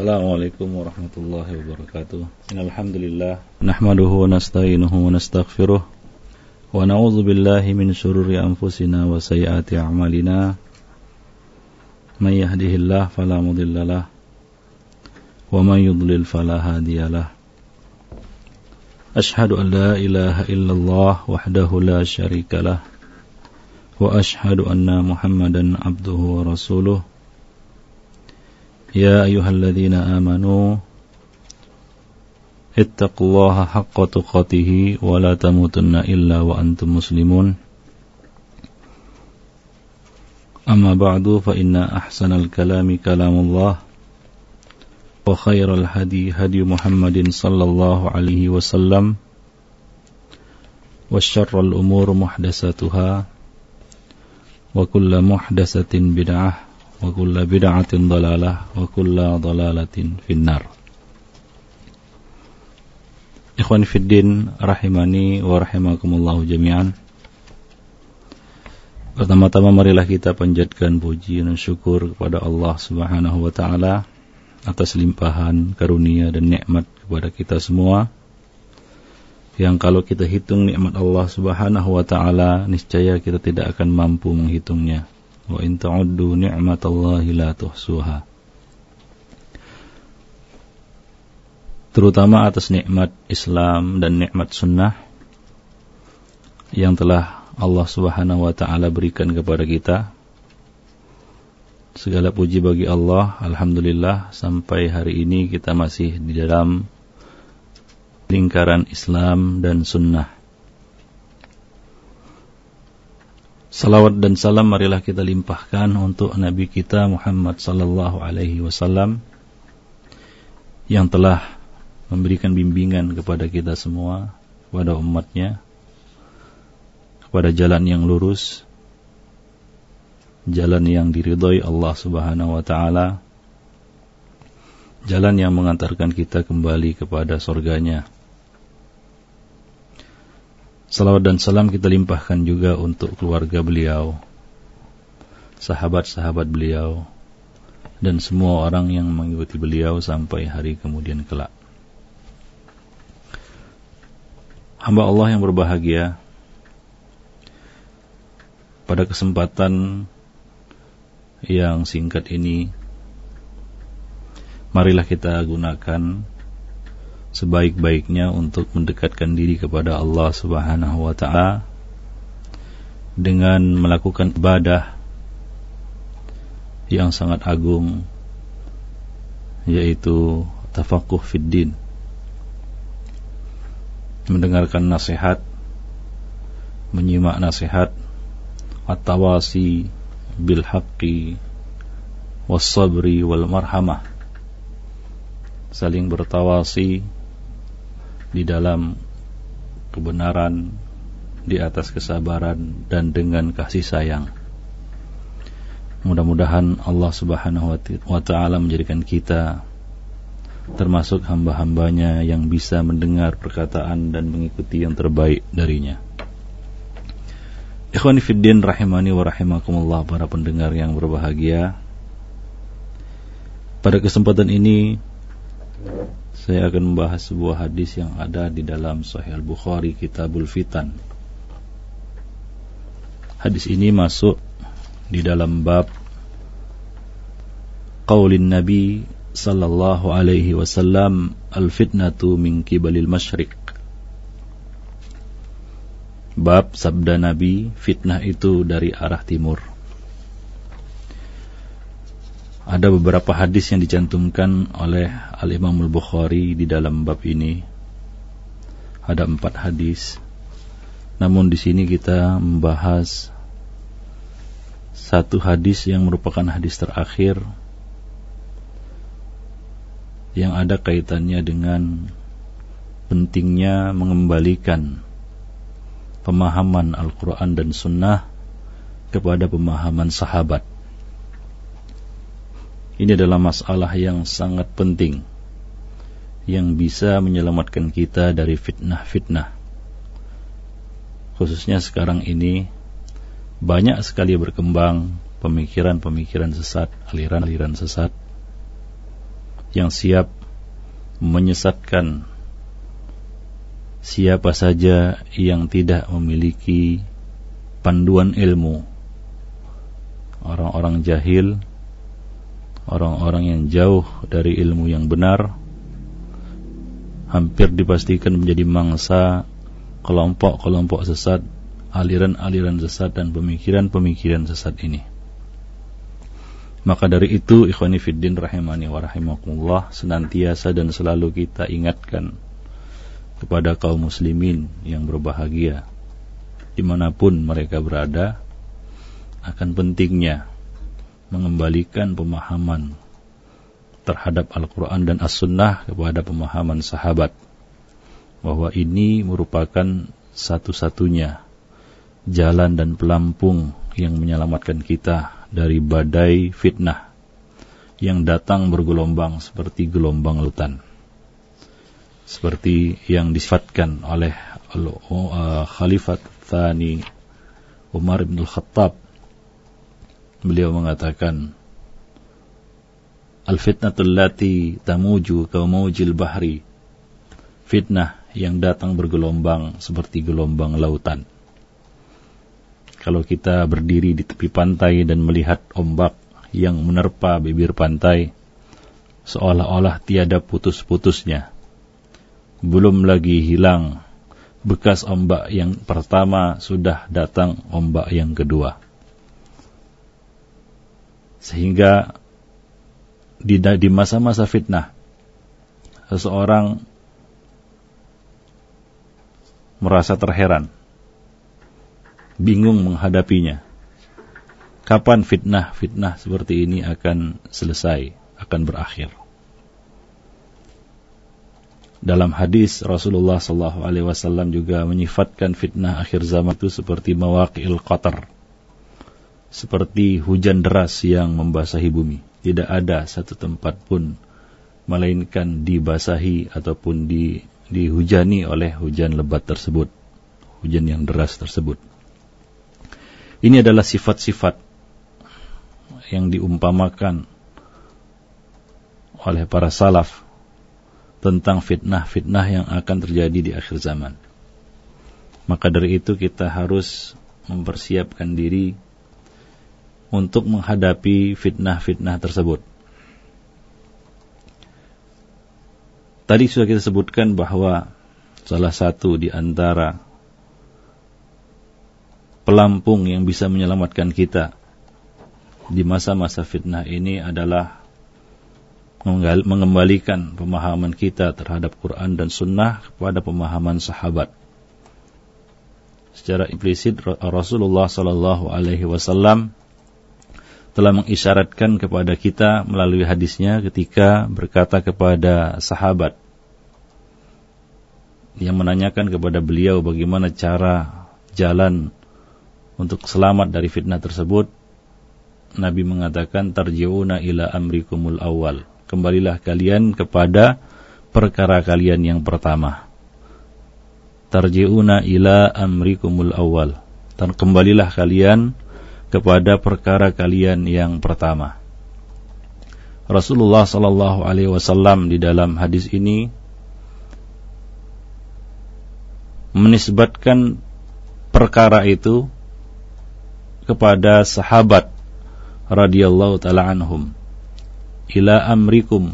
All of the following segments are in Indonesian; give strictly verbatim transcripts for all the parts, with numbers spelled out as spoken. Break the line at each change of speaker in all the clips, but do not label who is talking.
Assalamualaikum warahmatullahi wabarakatuh. Innalhamdulillah nahmaduhu wa nasta'inuhu wa nastaghfiruh wa na'udzu billahi min syururi anfusina wa sayyiati a'malina. May yahdihillahu fala mudhillalah wa may yudlil fala hadiyalah. Ashhadu an la ilaha illallah wahdahu la syarikalah wa ashhadu anna Muhammadan abduhu wa rasuluh. Ya ayyuhalladzina amanu ittaqullaha haqqa tuqatih wa la tamutunna illa wa antum muslimun. Amma ba'du fa inna ahsanal kalami kalamullah wa khairal hadi hadi Muhammadin sallallahu alaihi wasallam wa syarrul umur muhdatsatuha wa kullu muhdatsatin bid'ah wa kullu bid'atin dhalalah wa kullu dhalalatin finnar. Ikhwan fiddin rahimani wa rahimakumullah jami'an. Pertama-tama marilah kita panjatkan puji dan syukur kepada Allah Subhanahu wa taala atas limpahan karunia dan nikmat kepada kita semua, yang kalau kita hitung nikmat Allah Subhanahu wa taala niscaya kita tidak akan mampu menghitungnya. Wa in ta'uddu ni'matallahi la tuhsuha. Terutama atas nikmat Islam dan nikmat sunnah yang telah Allah Subhanahu wa taala berikan kepada kita. Segala puji bagi Allah, alhamdulillah sampai hari ini kita masih di dalam lingkaran Islam dan sunnah. Salawat dan salam marilah kita limpahkan untuk Nabi kita Muhammad sallallahu alaihi wasallam yang telah memberikan bimbingan kepada kita semua, kepada umatnya, kepada jalan yang lurus, jalan yang diridhai Allah Subhanahu wa taala, jalan yang mengantarkan kita kembali kepada surganya. Salawat dan salam kita limpahkan juga untuk keluarga beliau, sahabat-sahabat beliau, dan semua orang yang mengikuti beliau sampai hari kemudian kelak. Hamba Allah yang berbahagia, pada kesempatan yang singkat ini, marilah kita gunakan sebaik-baiknya untuk mendekatkan diri kepada Allah Subhanahu wa taala dengan melakukan ibadah yang sangat agung, yaitu tafaqquh fid din. Mendengarkan nasihat, menyimak nasihat, at-tawasi bil haqqi was sabri wal marhamah. Saling bertawasi di dalam kebenaran, di atas kesabaran, dan dengan kasih sayang. Mudah-mudahan Allah Subhanahu wa ta'ala menjadikan kita termasuk hamba-hambanya yang bisa mendengar perkataan dan mengikuti yang terbaik darinya. Ikhwani fiddin rahimani wa rahimakumullah, para pendengar yang berbahagia. Pada kesempatan ini saya akan membahas sebuah hadis yang ada di dalam Sahih Al-Bukhari Kitabul Fitan. Hadis ini masuk di dalam bab qaulin Nabi sallallahu alaihi wasallam, al-fitnatu min qibalil masyriq. Bab sabda Nabi, fitnah itu dari arah timur. Ada beberapa hadis yang dicantumkan oleh Al-Imam Al-Bukhari di dalam bab ini. Ada empat hadis. Namun di sini kita membahas satu hadis yang merupakan hadis terakhir, yang ada kaitannya dengan pentingnya mengembalikan pemahaman Al-Quran dan Sunnah kepada pemahaman sahabat. Ini adalah masalah yang sangat penting, yang bisa menyelamatkan kita dari fitnah-fitnah. Khususnya sekarang ini banyak sekali berkembang pemikiran-pemikiran sesat, aliran-aliran sesat yang siap menyesatkan siapa saja yang tidak memiliki panduan ilmu. Orang-orang jahil, orang-orang yang jauh dari ilmu yang benar, hampir dipastikan menjadi mangsa kelompok-kelompok sesat, aliran-aliran sesat dan pemikiran-pemikiran sesat ini. Maka dari itu, ikhwani fiddin rahimani wa rahimakumullah, senantiasa dan selalu kita ingatkan kepada kaum muslimin yang berbahagia dimanapun mereka berada, akan pentingnya mengembalikan pemahaman terhadap Al-Quran dan As-Sunnah kepada pemahaman sahabat, bahwa ini merupakan satu-satunya jalan dan pelampung yang menyelamatkan kita dari badai fitnah yang datang bergelombang seperti gelombang lautan, seperti yang disifatkan oleh uh, Khalifah Tsani Umar bin Al-Khattab. Beliau mengatakan, al-fitnatul lati tamuju ka maujil bahri, fitnah yang datang bergelombang seperti gelombang lautan. Kalau kita berdiri di tepi pantai dan melihat ombak yang menerpa bibir pantai, seolah-olah tiada putus-putusnya. Belum lagi hilang bekas ombak yang pertama, sudah datang ombak yang kedua. Sehingga di, di masa-masa fitnah, seseorang merasa terheran, bingung menghadapinya. Kapan fitnah-fitnah seperti ini akan selesai, akan berakhir? Dalam hadis Rasulullah sallallahu alaihi wasallam juga menyifatkan fitnah akhir zaman itu seperti mawaqi'il qatar, seperti hujan deras yang membasahi bumi. Tidak ada satu tempat pun melainkan dibasahi ataupun di, dihujani oleh hujan lebat tersebut, hujan yang deras tersebut. Ini adalah sifat-sifat yang diumpamakan oleh para salaf tentang fitnah-fitnah yang akan terjadi di akhir zaman. Maka dari itu kita harus mempersiapkan diri untuk menghadapi fitnah-fitnah tersebut. Tadi sudah kita sebutkan bahwa salah satu di antara pelampung yang bisa menyelamatkan kita di masa-masa fitnah ini adalah mengembalikan pemahaman kita terhadap Quran dan Sunnah kepada pemahaman sahabat. Secara implisit Rasulullah sallallahu alaihi wasallam telah mengisyaratkan kepada kita melalui hadisnya ketika berkata kepada sahabat yang menanyakan kepada beliau bagaimana cara jalan untuk selamat dari fitnah tersebut. Nabi mengatakan, tarji'una ila amrikumul awal, kembalilah kalian kepada perkara kalian yang pertama. Tarji'una ila amrikumul awal, dan kembalilah kalian kepada perkara kalian yang pertama. Rasulullah sallallahu alaihi wasallam di dalam hadis ini menisbatkan perkara itu kepada sahabat radhiyallahu ta'ala anhum. Ila amrikum,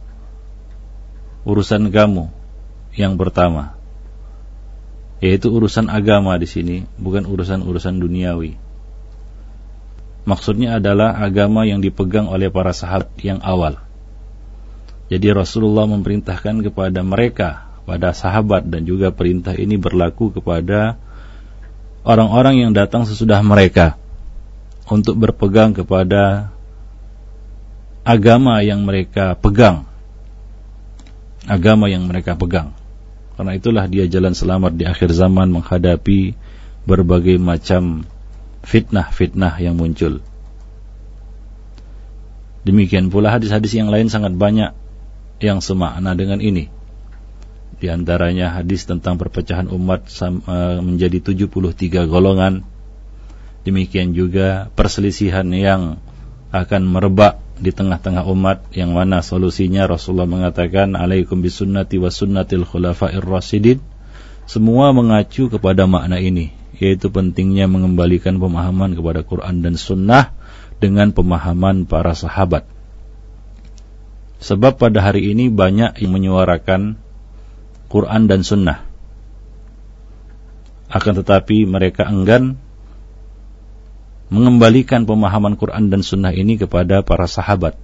urusan kamu yang pertama, yaitu urusan agama di sini, bukan urusan-urusan duniawi. Maksudnya adalah agama yang dipegang oleh para sahabat yang awal. Jadi Rasulullah memerintahkan kepada mereka, pada sahabat, dan juga perintah ini berlaku kepada orang-orang yang datang sesudah mereka untuk berpegang kepada agama yang mereka pegang. Agama yang mereka pegang. Karena itulah dia jalan selamat di akhir zaman menghadapi berbagai macam fitnah-fitnah yang muncul. Demikian pula hadis-hadis yang lain sangat banyak yang semakna dengan ini. Di antaranya hadis tentang perpecahan umat menjadi tujuh puluh tiga golongan. Demikian juga perselisihan yang akan merebak di tengah-tengah umat, yang mana solusinya Rasulullah mengatakan alaikum bisunnati wa sunnatil khulafa'ir rasyidin. Semua mengacu kepada makna ini, yaitu pentingnya mengembalikan pemahaman kepada Quran dan Sunnah dengan pemahaman para sahabat. Sebab pada hari ini banyak yang menyuarakan Quran dan Sunnah, akan tetapi mereka enggan mengembalikan pemahaman Quran dan Sunnah ini kepada para sahabat.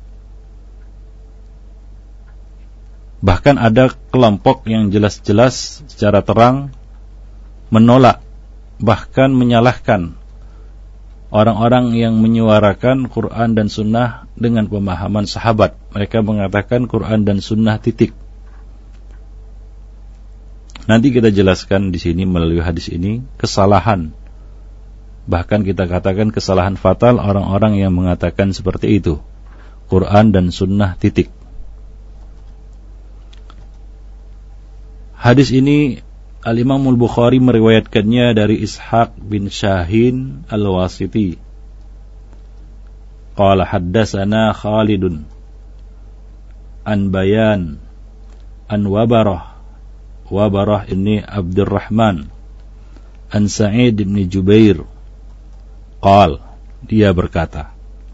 Bahkan ada kelompok yang jelas-jelas secara terang menolak, bahkan menyalahkan orang-orang yang menyuarakan Quran dan Sunnah dengan pemahaman sahabat. Mereka mengatakan Quran dan Sunnah titik. Nanti kita jelaskan di sini melalui hadis ini kesalahan, bahkan kita katakan kesalahan fatal orang-orang yang mengatakan seperti itu. Quran dan Sunnah titik. Hadis ini Al-Imam Al-Bukhari meriwayatkannya dari Ishaq bin Shahin Al-Wasiti. Qala haddatsana Khalidun an Bayan an Wabarah, Wabarah ini Abdurrahman, an Sa'id bin Jubair. Qal, dia berkata,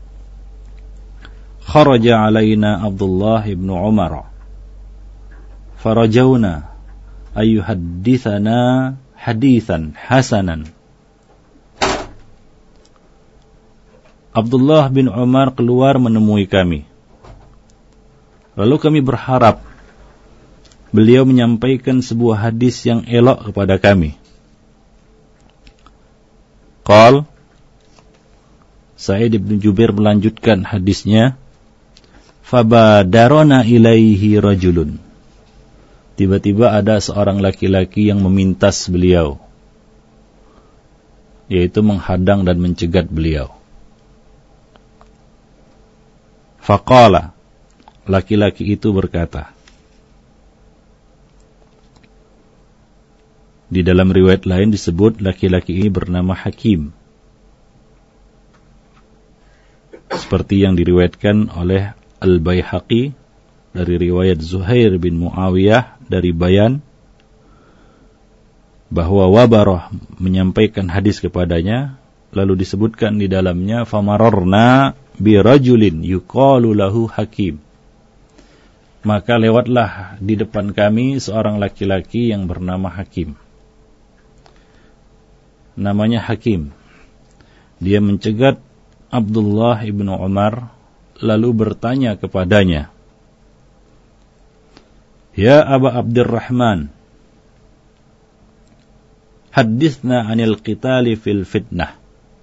kharaja alaina Abdullah bin Umar farajawna ayyuhaddithana hadithan hasanan. Abdullah bin Umar keluar menemui kami, lalu kami berharap beliau menyampaikan sebuah hadis yang elok kepada kami. Qal, Sa'id bin Jubair melanjutkan hadisnya, fabadarona ilaihi rajulun. Tiba-tiba ada seorang laki-laki yang memintas beliau, yaitu menghadang dan mencegat beliau. Faqala, laki-laki itu berkata. Di dalam riwayat lain disebut laki-laki ini bernama Hakim, seperti yang diriwayatkan oleh Al-Baihaqi dari riwayat Zuhair bin Muawiyah dari Bayan, bahwa Wabarah menyampaikan hadis kepadanya, lalu disebutkan di dalamnya famararna bi rajulin yuqalu lahu Hakim. Maka lewatlah di depan kami seorang laki-laki yang bernama Hakim. Namanya Hakim. Dia mencegat Abdullah ibn Umar, lalu bertanya kepadanya, ya Aba Abdurrahman, hadithna anil qitali fil fitnah.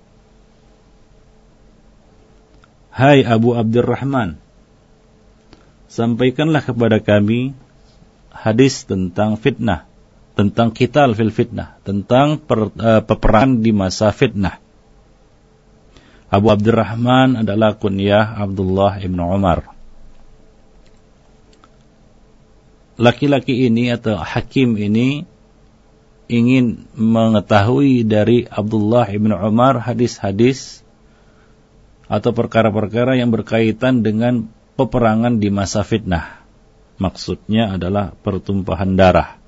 Hai Abu Abdurrahman, sampaikanlah kepada kami hadis tentang fitnah, tentang qital fil fitnah, tentang per, uh, peperangan di masa fitnah. Abu Abdurrahman adalah kunyah Abdullah ibn Umar. Laki-laki ini atau Hakim ini ingin mengetahui dari Abdullah ibn Umar hadis-hadis atau perkara-perkara yang berkaitan dengan peperangan di masa fitnah. Maksudnya adalah pertumpahan darah.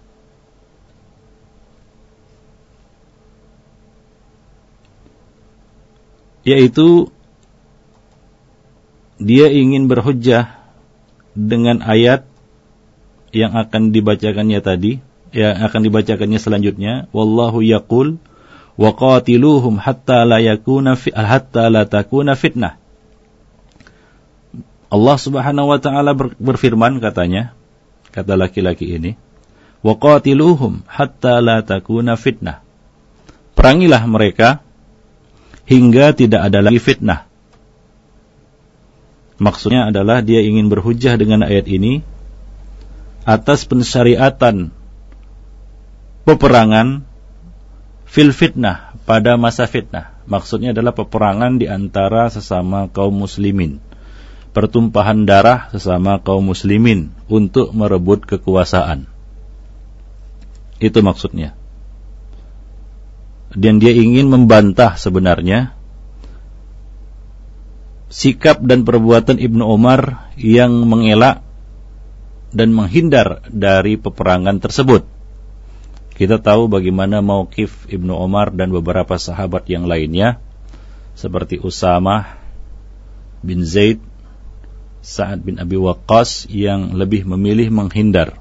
Yaitu dia ingin berhujjah dengan ayat yang akan dibacakannya tadi, yang akan dibacakannya selanjutnya, wallahu yaqul wa qatiluhum hatta la yakuna fi hatta la takuna fitnah. Allah Subhanahu wa taala berfirman, katanya, kata laki-laki ini, wa qatiluhum hatta la takuna fitnah. Perangilah mereka hingga tidak ada lagi fitnah. Maksudnya adalah dia ingin berhujjah dengan ayat ini atas pensyariatan peperangan fil fitnah, pada masa fitnah. Maksudnya adalah peperangan di antara sesama kaum muslimin, pertumpahan darah sesama kaum muslimin untuk merebut kekuasaan. Itu maksudnya. Dan dia ingin membantah sebenarnya sikap dan perbuatan Ibnu Umar yang mengelak dan menghindar dari peperangan tersebut. Kita tahu bagaimana mauqif Ibnu Umar dan beberapa sahabat yang lainnya seperti Usamah bin Zaid, Sa'ad bin Abi Waqqas yang lebih memilih menghindar.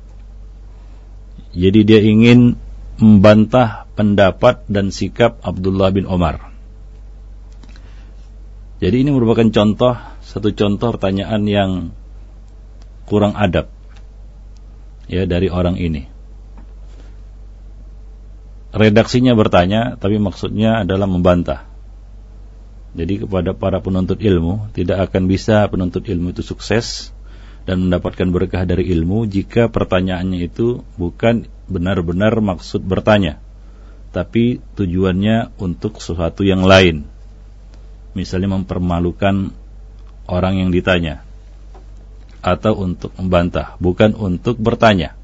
Jadi dia ingin membantah pendapat dan sikap Abdullah bin Umar. Jadi ini merupakan contoh, satu contoh pertanyaan yang kurang adab ya dari orang ini. Redaksinya bertanya, tapi maksudnya adalah membantah. Jadi kepada para penuntut ilmu, tidak akan bisa penuntut ilmu itu sukses dan mendapatkan berkah dari ilmu jika pertanyaannya itu bukan benar-benar maksud bertanya, tapi tujuannya untuk sesuatu yang lain. Misalnya mempermalukan orang yang ditanya, atau untuk membantah, bukan untuk bertanya.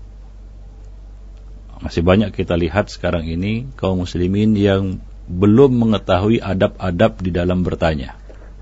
Masih banyak kita lihat sekarang ini kaum muslimin yang belum mengetahui adab-adab di dalam bertanya.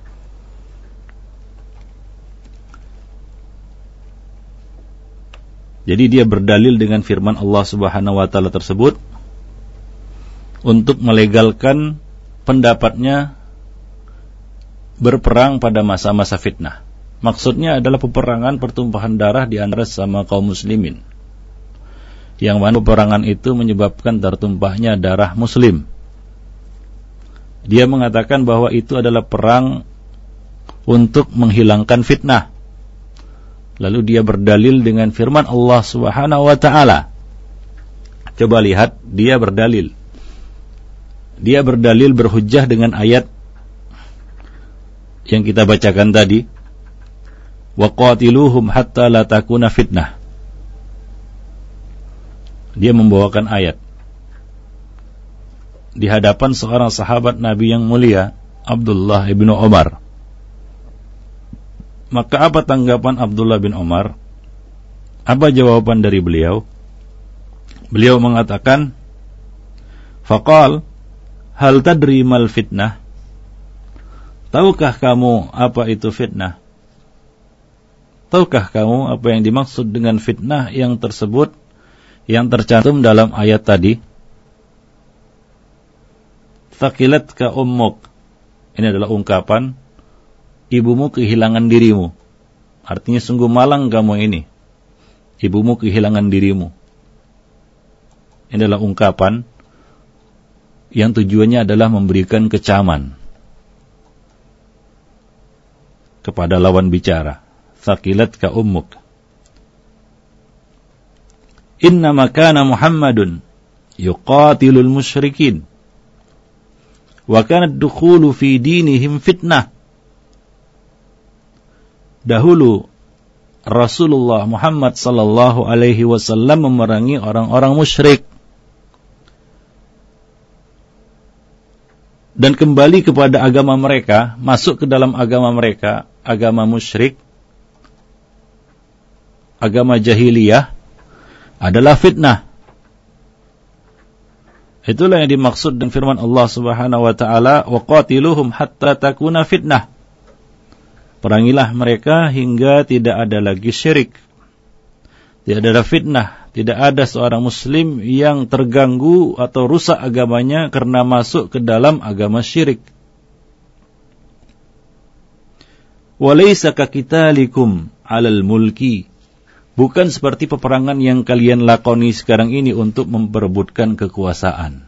Jadi dia berdalil dengan firman Allah Subhanahu wa taala tersebut untuk melegalkan pendapatnya berperang pada masa-masa fitnah. Maksudnya adalah peperangan pertumpahan darah di antara sama kaum muslimin, yang mana peperangan itu menyebabkan tertumpahnya darah muslim. Dia mengatakan bahwa itu adalah perang untuk menghilangkan fitnah. Lalu dia berdalil dengan firman Allah Subhanahu wa taala. Coba lihat, dia berdalil. Dia berdalil berhujjah dengan ayat yang kita bacakan tadi. Wa qatiluhum hatta la takuna fitnah. Dia membawakan ayat di hadapan seorang sahabat Nabi yang mulia, Abdullah bin Umar. Maka apa tanggapan Abdullah bin Umar? Apa jawaban dari beliau? Beliau mengatakan, faqal, hal tadri mal fitnah? Tahukah kamu apa itu fitnah? Tahukah kamu apa yang dimaksud dengan fitnah yang tersebut, yang tercantum dalam ayat tadi? Thaqilatka ummuk. Ini adalah ungkapan ibumu kehilangan dirimu. Artinya sungguh malang kamu ini, ibumu kehilangan dirimu. Ini adalah ungkapan yang tujuannya adalah memberikan kecaman kepada lawan bicara. Thaqilatka ummuk. Innama kana Muhammadun yuqatilul musyrikin wa kana ad-dukhulu fi dinihim fitnah. Dahulu Rasulullah Muhammad sallallahu alaihi wasallam memerangi orang-orang musyrik, dan kembali kepada agama mereka, masuk ke dalam agama mereka, agama musyrik, agama jahiliyah, adalah fitnah. Itulah yang dimaksud dengan firman Allah Subhanahu wa taala, wa qatiluhum hatta takuna fitnah. Perangilah mereka hingga tidak ada lagi syirik, tidak ada fitnah, tidak ada seorang muslim yang terganggu atau rusak agamanya karena masuk ke dalam agama syirik. Walaysa kakitalikum 'alal mulki. Bukan seperti peperangan yang kalian lakoni sekarang ini untuk memperebutkan kekuasaan.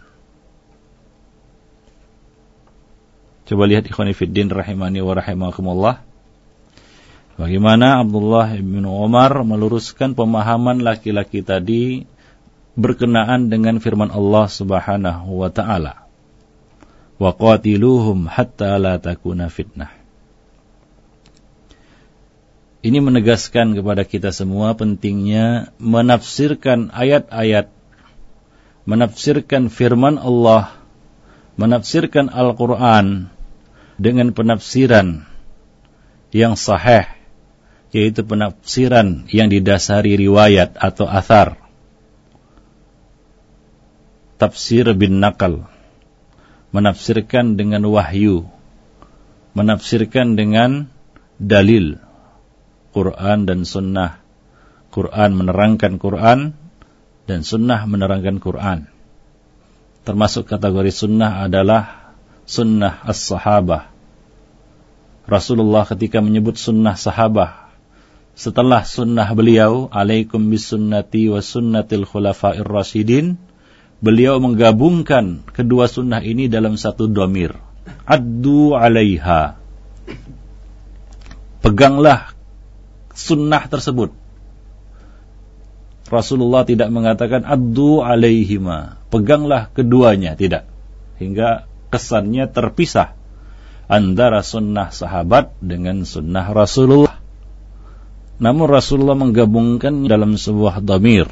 Coba lihat ikhwani fiddin rahimani wa rahimakumullah, bagaimana Abdullah bin Umar meluruskan pemahaman laki-laki tadi berkenaan dengan firman Allah Subhanahu wa taala. Wa qatiluhum hatta la takuna fitnah. Ini menegaskan kepada kita semua pentingnya menafsirkan ayat-ayat, menafsirkan firman Allah, menafsirkan Al-Quran dengan penafsiran yang sahih, yaitu penafsiran yang didasari riwayat atau athar. Tafsir bin naqal, menafsirkan dengan wahyu, menafsirkan dengan dalil Quran dan sunnah. Quran menerangkan Quran dan sunnah menerangkan Quran. Termasuk kategori sunnah adalah sunnah as-sahabah. Rasulullah ketika menyebut sunnah sahabah, setelah sunnah beliau, alaikum bisunnati wa sunnatil khulafair rasyidin, beliau menggabungkan kedua sunnah ini dalam satu dhamir. Addu alaiha. Peganglah sunnah tersebut. Rasulullah tidak mengatakan addu alaihima. Peganglah keduanya, tidak. Hingga kesannya terpisah antara sunnah sahabat dengan sunnah Rasulullah. Namun Rasulullah menggabungkan dalam sebuah dhamir.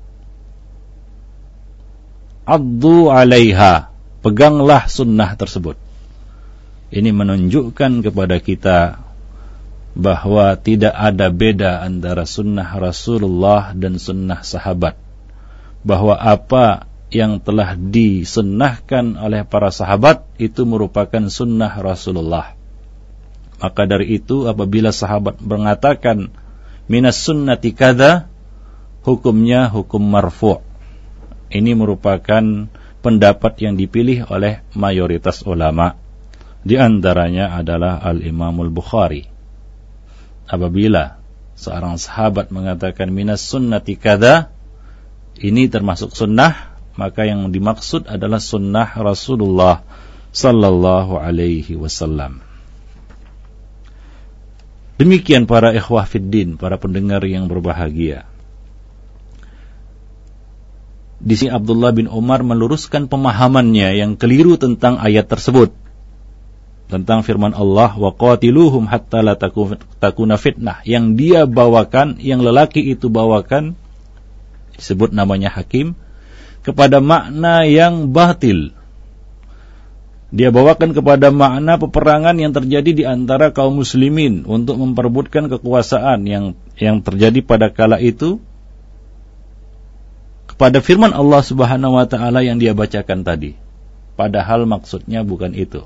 Addu alaiha, peganglah sunnah tersebut. Ini menunjukkan kepada kita bahwa tidak ada beda antara sunnah Rasulullah dan sunnah sahabat. Bahwa apa yang telah disunnahkan oleh para sahabat itu merupakan sunnah Rasulullah. Maka dari itu apabila sahabat mengatakan minas sunnati kada, hukumnya hukum marfu'. Ini merupakan pendapat yang dipilih oleh mayoritas ulama. Di antaranya adalah Al-Imamul Bukhari. Apabila seorang sahabat mengatakan minas sunnati kada, ini termasuk sunnah, maka yang dimaksud adalah sunnah Rasulullah sallallahu alaihi wasallam. Demikian para ikhwah fiddin, para pendengar yang berbahagia. Di sini Abdullah bin Umar meluruskan pemahamannya yang keliru tentang ayat tersebut. Tentang firman Allah, wa qatiluhum hatta la takuna fitnah. Yang dia bawakan, yang lelaki itu bawakan, disebut namanya Hakim, kepada makna yang batil. Dia bawakan kepada makna peperangan yang terjadi di antara kaum muslimin untuk memperebutkan kekuasaan yang yang terjadi pada kala itu, kepada firman Allah Subhanahu wa taala yang dia bacakan tadi. Padahal maksudnya bukan itu.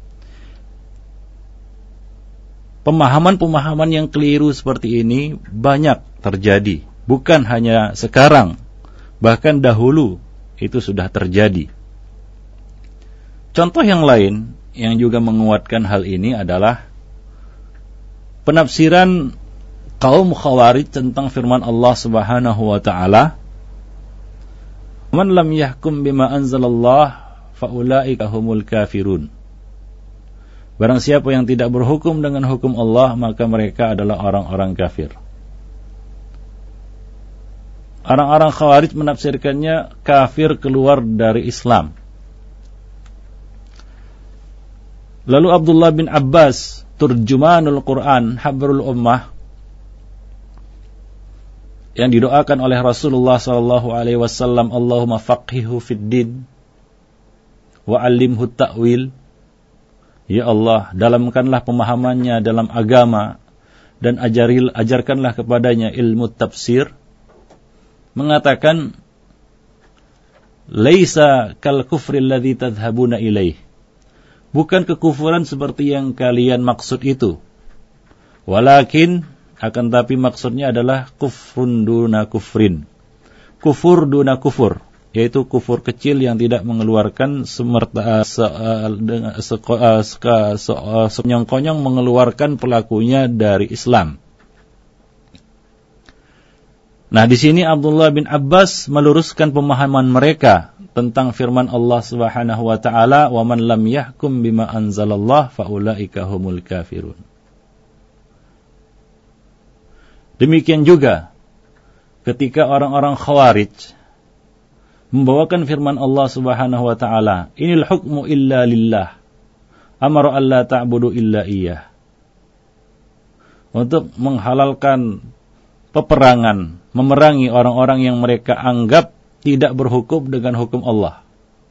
Pemahaman-pemahaman yang keliru seperti ini banyak terjadi, bukan hanya sekarang, bahkan dahulu itu sudah terjadi. Contoh yang lain yang juga menguatkan hal ini adalah penafsiran kaum Khawarij tentang firman Allah Subhanahu wa taala, "Man lam yahkum bima anzalallah faulaika humul kafirun." Barang siapa yang tidak berhukum dengan hukum Allah, maka mereka adalah orang-orang kafir. Orang-orang Khawarij menafsirkannya kafir keluar dari Islam. Lalu Abdullah bin Abbas, turjumanul Quran, habrul ummah, yang didoakan oleh Rasulullah sallallahu alaihi wasallam, Allahumma faqihhu fid din wa 'allimhu ta'wil. Ya Allah, dalamkanlah pemahamannya dalam agama dan ajaril ajarkanlah kepadanya ilmu tafsir. Mengatakan, laisa kal kufri alladzi tadhhabuna ilaih. Bukan kekufuran seperti yang kalian maksud itu. Walakin, akan tapi maksudnya adalah kufrun duna kufrin. Kufur duna kufur, yaitu kufur kecil yang tidak mengeluarkan semerta se, se, se, se, senyong-konyong mengeluarkan pelakunya dari Islam. Nah, di sini Abdullah bin Abbas meluruskan pemahaman mereka tentang firman Allah Subhanahu wa taala, "Wa man lam yahkum bima anzalallah faulaika humul kafirun." Demikian juga ketika orang-orang Khawarij membawakan firman Allah Subhanahu wa taala, "Inil hukmu illa lillah, amara alla ta'budu illa iyyah." Untuk menghalalkan peperangan, memerangi orang-orang yang mereka anggap tidak berhukum dengan hukum Allah.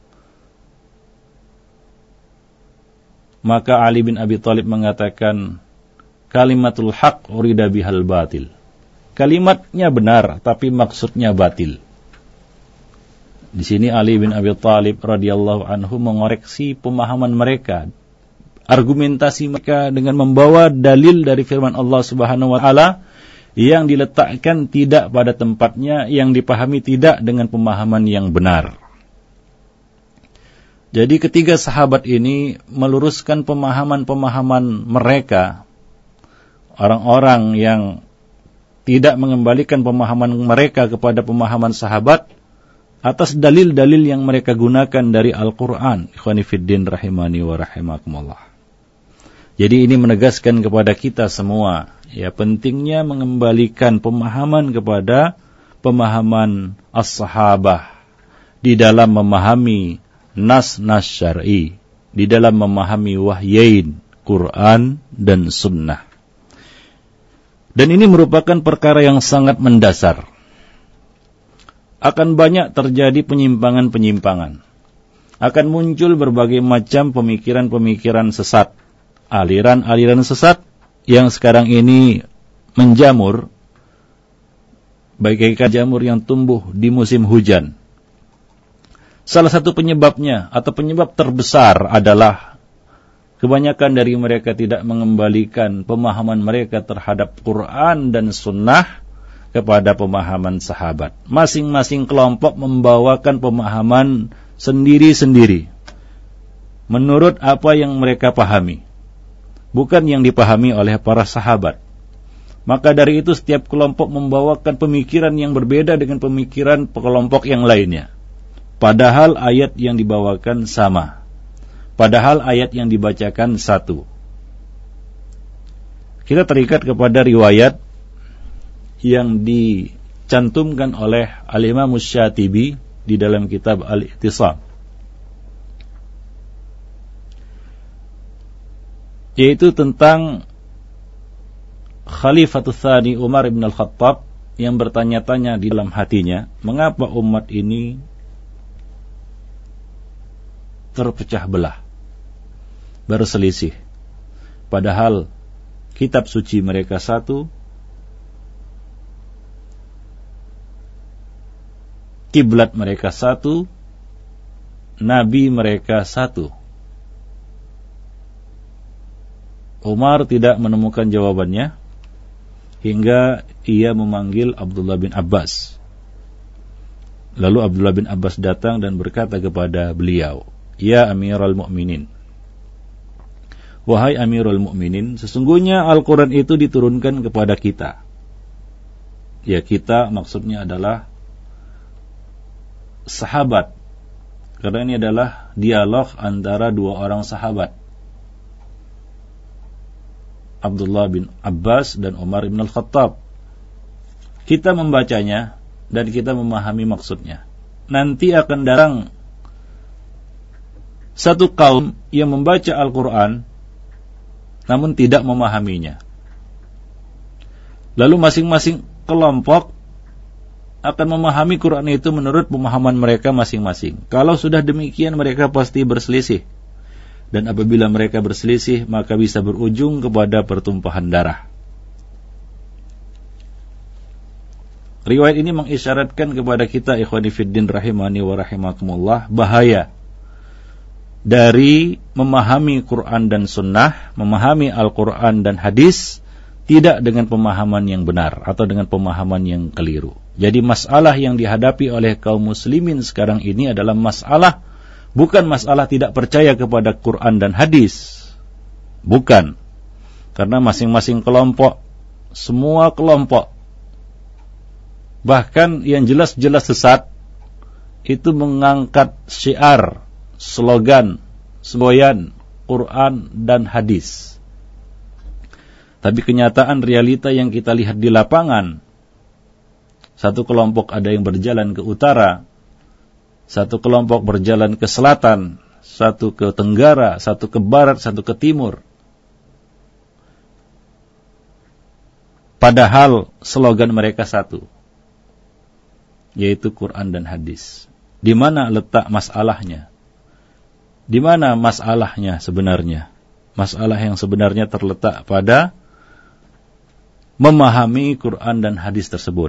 Maka Ali bin Abi Thalib mengatakan, kalimatul haq urida bihal batil. Kalimatnya benar, tapi maksudnya batil. Di sini Ali bin Abi Thalib radhiyallahu anhu mengoreksi pemahaman mereka argumentasi mereka dengan membawa dalil dari firman Allah Subhanahu wa taala yang diletakkan tidak pada tempatnya, yang dipahami tidak dengan pemahaman yang benar. Jadi ketiga sahabat ini meluruskan pemahaman-pemahaman mereka, orang-orang yang tidak mengembalikan pemahaman mereka kepada pemahaman sahabat atas dalil-dalil yang mereka gunakan dari Al-Quran. Ikhwani fiddin rahimani wa rahimakumullah. Jadi ini menegaskan kepada kita semua, ya, pentingnya mengembalikan pemahaman kepada pemahaman as-sahabah di dalam memahami nas-nas syar'i, di dalam memahami wahyain, Quran dan sunnah. Dan ini merupakan perkara yang sangat mendasar. Akan banyak terjadi penyimpangan-penyimpangan. Akan muncul berbagai macam pemikiran-pemikiran sesat, aliran-aliran sesat yang sekarang ini menjamur bagaikan jamur yang tumbuh di musim hujan. Salah satu penyebabnya atau penyebab terbesar adalah kebanyakan dari mereka tidak mengembalikan pemahaman mereka terhadap Quran dan sunnah kepada pemahaman sahabat. Masing-masing kelompok membawakan pemahaman sendiri-sendiri menurut apa yang mereka pahami, bukan yang dipahami oleh para sahabat. Maka dari itu setiap kelompok membawakan pemikiran yang berbeda dengan pemikiran kelompok yang lainnya. Padahal ayat yang dibawakan sama. Padahal ayat yang dibacakan satu. Kita terikat kepada riwayat yang dicantumkan oleh Al-Imam Asy-Syatibi di dalam kitab Al-I'tisam, yaitu tentang Khalifatul Tsani Umar bin Al-Khattab yang bertanya-tanya di dalam hatinya, mengapa umat ini terpecah belah, berselisih, padahal kitab suci mereka satu, kiblat mereka satu, nabi mereka satu. Umar tidak menemukan jawabannya hingga ia memanggil Abdullah bin Abbas. Lalu Abdullah bin Abbas datang dan berkata kepada beliau, "Ya Amirul Mukminin, wahai Amirul Mukminin, sesungguhnya Al-Quran itu diturunkan kepada kita." Ya, kita maksudnya adalah sahabat, karena ini adalah dialog antara dua orang sahabat, Abdullah bin Abbas dan Umar bin Al-Khattab. Kita membacanya dan kita memahami maksudnya. Nanti akan datang satu kaum yang membaca Al-Quran namun tidak memahaminya. Lalu masing-masing kelompok akan memahami Quran itu menurut pemahaman mereka masing-masing. Kalau sudah demikian mereka pasti berselisih. Dan apabila mereka berselisih maka bisa berujung kepada pertumpahan darah. Riwayat ini mengisyaratkan kepada kita, ikhwani fiddin rahimani wa rahimakumullah, bahaya dari memahami Quran dan sunnah, memahami Al-Quran dan hadis tidak dengan pemahaman yang benar atau dengan pemahaman yang keliru. Jadi masalah yang dihadapi oleh kaum muslimin sekarang ini adalah masalah, bukan masalah tidak percaya kepada Quran dan hadis. Bukan. Karena masing-masing kelompok, semua kelompok, bahkan yang jelas-jelas sesat, itu mengangkat syiar, slogan, semboyan Quran dan hadis. Tapi kenyataan realita yang kita lihat di lapangan, satu kelompok ada yang berjalan ke utara, satu kelompok berjalan ke selatan, satu ke tenggara, satu ke barat, satu ke timur. Padahal slogan mereka satu, yaitu Quran dan hadis. Di mana letak masalahnya? Di mana masalahnya sebenarnya? Masalah yang sebenarnya terletak pada memahami Quran dan hadis tersebut.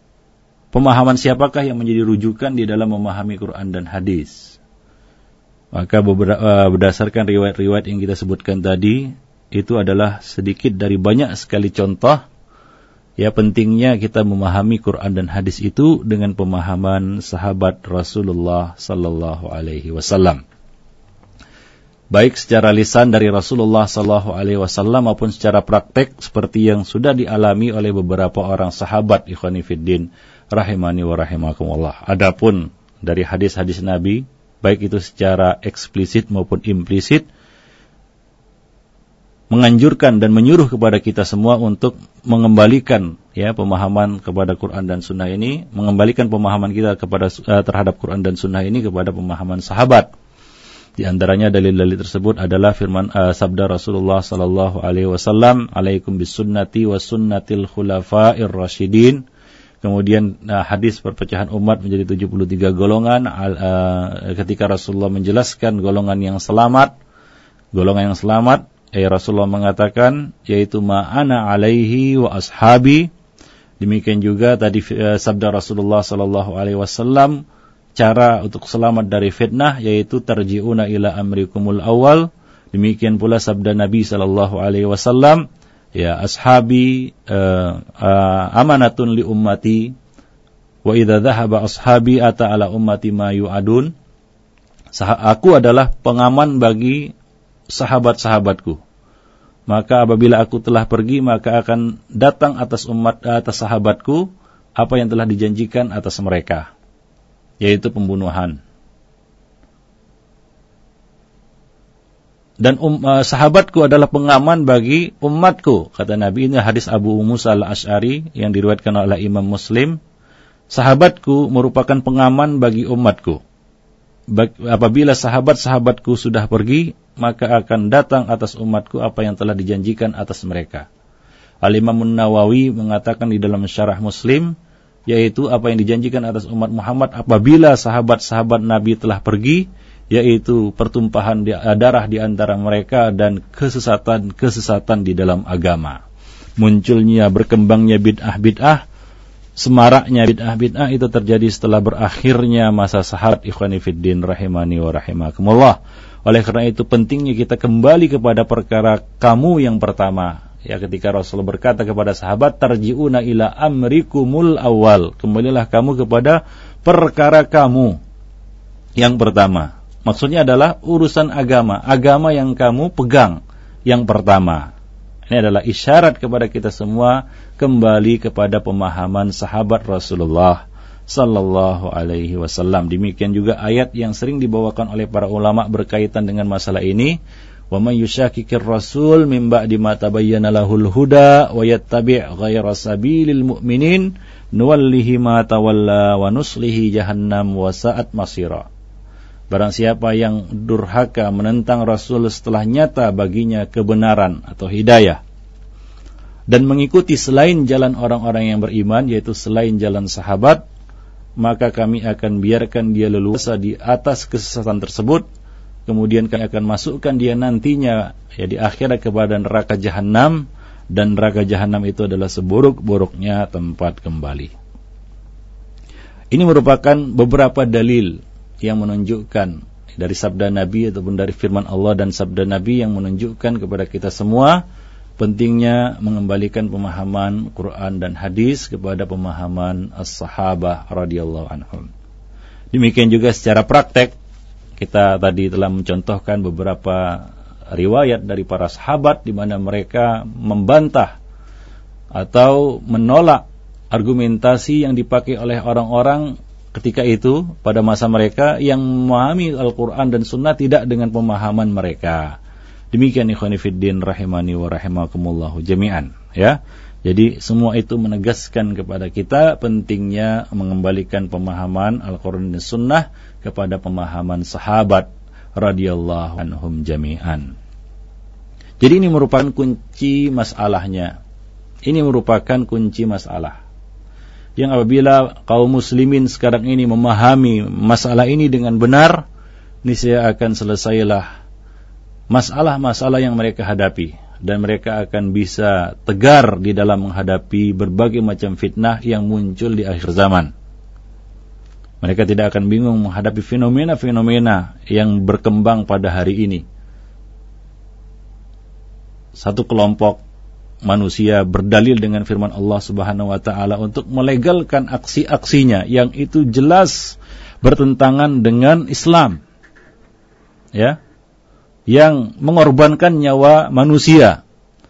Pemahaman siapakah yang menjadi rujukan di dalam memahami Quran dan hadis? Maka beberapa, berdasarkan riwayat-riwayat yang kita sebutkan tadi, itu adalah sedikit dari banyak sekali contoh ya pentingnya kita memahami Quran dan hadis itu dengan pemahaman sahabat Rasulullah sallallahu alaihi wasallam. Baik secara lisan dari Rasulullah sallallahu alaihi wasallam maupun secara praktek seperti yang sudah dialami oleh beberapa orang sahabat ikhwani fiddin rahimani wa rahimakumullah. Adapun dari hadis-hadis Nabi, baik itu secara eksplisit maupun implisit, menganjurkan dan menyuruh kepada kita semua untuk mengembalikan ya pemahaman kepada Quran dan Sunnah ini, mengembalikan pemahaman kita kepada uh, terhadap Quran dan Sunnah ini kepada pemahaman sahabat. Di antaranya dalil-dalil tersebut adalah firman uh, sabda Rasulullah sallallahu alaihi wasallam, "Alaikum bisunnati wa sunnatil khulafa'ir rasyidin." Kemudian uh, hadis perpecahan umat menjadi tujuh puluh tiga golongan uh, ketika Rasulullah menjelaskan golongan yang selamat. Golongan yang selamat, eh, Rasulullah mengatakan yaitu ma'ana alaihi wa ashabi. Demikian juga tadi uh, sabda Rasulullah sallallahu alaihi wasallam, cara untuk selamat dari fitnah yaitu tarji'una ila amrikumul awal. Demikian pula sabda Nabi sallallahu alaihi wasallam, ya ashabi uh, uh, amanatun li ummati wa idza dhahaba ashabi ata ala ummati ma yu'adun. Aku adalah pengaman bagi sahabat-sahabatku, maka apabila aku telah pergi maka akan datang atas umat atas sahabatku apa yang telah dijanjikan atas mereka, yaitu pembunuhan. Dan um, uh, sahabatku adalah pengaman bagi umatku, kata Nabi. Ini hadis Abu Musa al-Asy'ari yang diriwayatkan oleh Imam Muslim. Sahabatku merupakan pengaman bagi umatku. Bag, apabila sahabat-sahabatku sudah pergi, maka akan datang atas umatku apa yang telah dijanjikan atas mereka. Al-Imam An-Nawawi mengatakan di dalam syarah Muslim, yaitu apa yang dijanjikan atas umat Muhammad apabila sahabat-sahabat Nabi telah pergi, yaitu pertumpahan darah di antara mereka dan kesesatan-kesesatan di dalam agama. Munculnya, berkembangnya bid'ah-bid'ah, semaraknya bid'ah-bid'ah itu terjadi setelah berakhirnya masa sahabat ikhwani fiddin rahimani wa rahimakumullah. Oleh karena itu pentingnya kita kembali kepada perkara kamu yang pertama. Ya, ketika Rasulullah berkata kepada sahabat, tarji'una ila amrikumul awal, kembalilah kamu kepada perkara kamu yang pertama. Maksudnya adalah urusan agama, agama yang kamu pegang yang pertama. Ini adalah isyarat kepada kita semua kembali kepada pemahaman sahabat Rasulullah sallallahu alaihi wasallam. Demikian juga ayat yang sering dibawakan oleh para ulama berkaitan dengan masalah ini. Wa may yushakkikir rasul min ba'di ma tabayyana lahul huda wa yattabi' ghayra sabilil mu'minin nuwallihi ma tawalla wa nuslihi jahannam wa sa'at masira. Barang siapa yang durhaka menentang Rasul setelah nyata baginya kebenaran atau hidayah dan mengikuti selain jalan orang-orang yang beriman, yaitu selain jalan sahabat, maka kami akan biarkan dia leluasa di atas kesesatan tersebut. Kemudian kami akan masukkan dia nantinya ya di akhirat kepada neraka jahanam, dan neraka jahanam itu adalah seburuk-buruknya tempat kembali. Ini merupakan beberapa dalil yang menunjukkan dari sabda Nabi ataupun dari firman Allah dan sabda Nabi yang menunjukkan kepada kita semua pentingnya mengembalikan pemahaman Quran dan hadis kepada pemahaman as-sahabah radhiyallahu anhum. Demikian juga secara praktek kita tadi telah mencontohkan beberapa riwayat dari para sahabat di mana mereka membantah atau menolak argumentasi yang dipakai oleh orang-orang ketika itu pada masa mereka yang memahami Al-Quran dan Sunnah tidak dengan pemahaman mereka. Demikian ikhwani fiddin rahimani wa rahimakumullahu jami'an. Ya, jadi semua itu menegaskan kepada kita pentingnya mengembalikan pemahaman Al-Quran dan Sunnah kepada pemahaman sahabat radhiyallahu anhum jami'an. Jadi ini merupakan kunci masalahnya. Ini merupakan kunci masalah. Yang apabila kaum muslimin sekarang ini memahami masalah ini dengan benar, niscaya akan selesailah masalah-masalah yang mereka hadapi, dan mereka akan bisa tegar di dalam menghadapi berbagai macam fitnah yang muncul di akhir zaman. Mereka tidak akan bingung menghadapi fenomena-fenomena yang berkembang pada hari ini. Satu kelompok manusia berdalil dengan firman Allah Subhanahu wa taala untuk melegalkan aksi-aksinya yang itu jelas bertentangan dengan Islam. Ya. Yang mengorbankan nyawa manusia.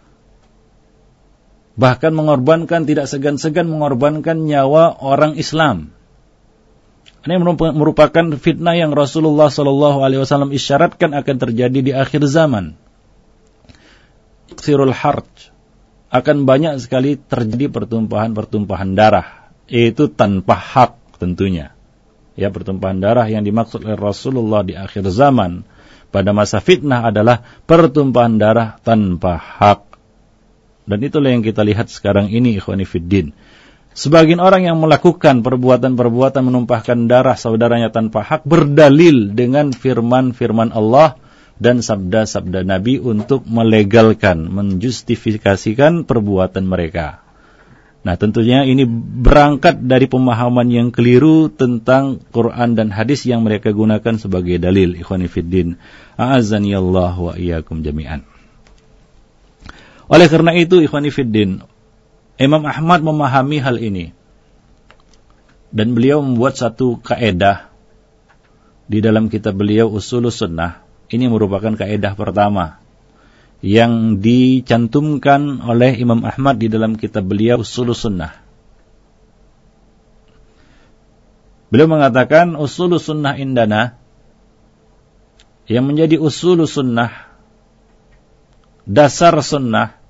Bahkan mengorbankan, tidak segan-segan mengorbankan nyawa orang Islam. Ini merupakan fitnah yang Rasulullah shallallahu alaihi wasallam isyaratkan akan terjadi di akhir zaman. Iqsirul harj, akan banyak sekali terjadi pertumpahan-pertumpahan darah, yaitu tanpa hak tentunya. Ya, pertumpahan darah yang dimaksud oleh Rasulullah di akhir zaman pada masa fitnah adalah pertumpahan darah tanpa hak. Dan itulah yang kita lihat sekarang ini, ikhwani fiddin. Sebagian orang yang melakukan perbuatan-perbuatan menumpahkan darah saudaranya tanpa hak berdalil dengan firman-firman Allah dan sabda-sabda Nabi untuk melegalkan, menjustifikasikan perbuatan mereka. Nah, tentunya ini berangkat dari pemahaman yang keliru tentang Quran dan hadis yang mereka gunakan sebagai dalil, ikhwani fiddin. A'azzaniyallah wa iyyakum jami'an. Oleh karena itu, ikhwani fiddin, Imam Ahmad memahami hal ini. Dan beliau membuat satu kaedah di dalam kitab beliau Ushulus Sunnah. Ini merupakan kaedah pertama yang dicantumkan oleh Imam Ahmad di dalam kitab beliau Ushulus Sunnah. Beliau mengatakan Ushulus Sunnah indana, yang menjadi Ushulus Sunnah, dasar sunnah,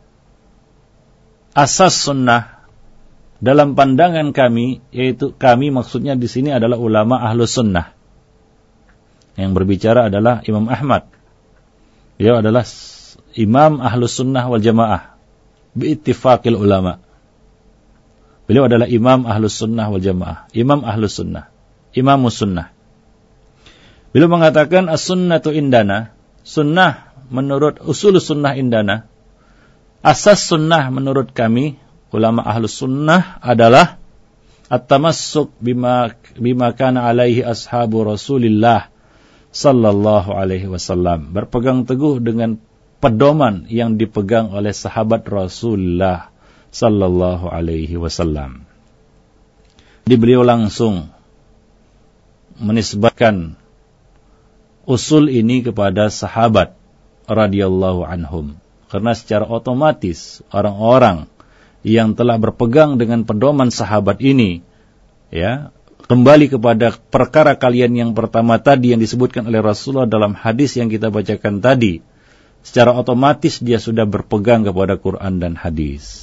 asas sunnah dalam pandangan kami, yaitu kami maksudnya di sini adalah ulama ahlus sunnah. Yang berbicara adalah Imam Ahmad. Beliau adalah imam ahlus sunnah wal jamaah biittifaqil ulama. Beliau adalah imam ahlus sunnah wal jamaah, imam ahlus sunnah, imamus sunnah. Beliau mengatakan as-sunnatu indana, sunnah menurut usul sunnah indana, asas sunnah menurut kami ulama ahlus sunnah adalah at-tamassuk bima bima kana alaihi ashabu Rasulillah sallallahu alaihi wasallam, berpegang teguh dengan pedoman yang dipegang oleh sahabat Rasulullah sallallahu alaihi wasallam. Di beliau langsung menisbatkan usul ini kepada sahabat radhiyallahu anhum. Karena secara otomatis orang-orang yang telah berpegang dengan pedoman sahabat ini, ya, kembali kepada perkara kalian yang pertama tadi yang disebutkan oleh Rasulullah dalam hadis yang kita bacakan tadi, secara otomatis dia sudah berpegang kepada Quran dan hadis.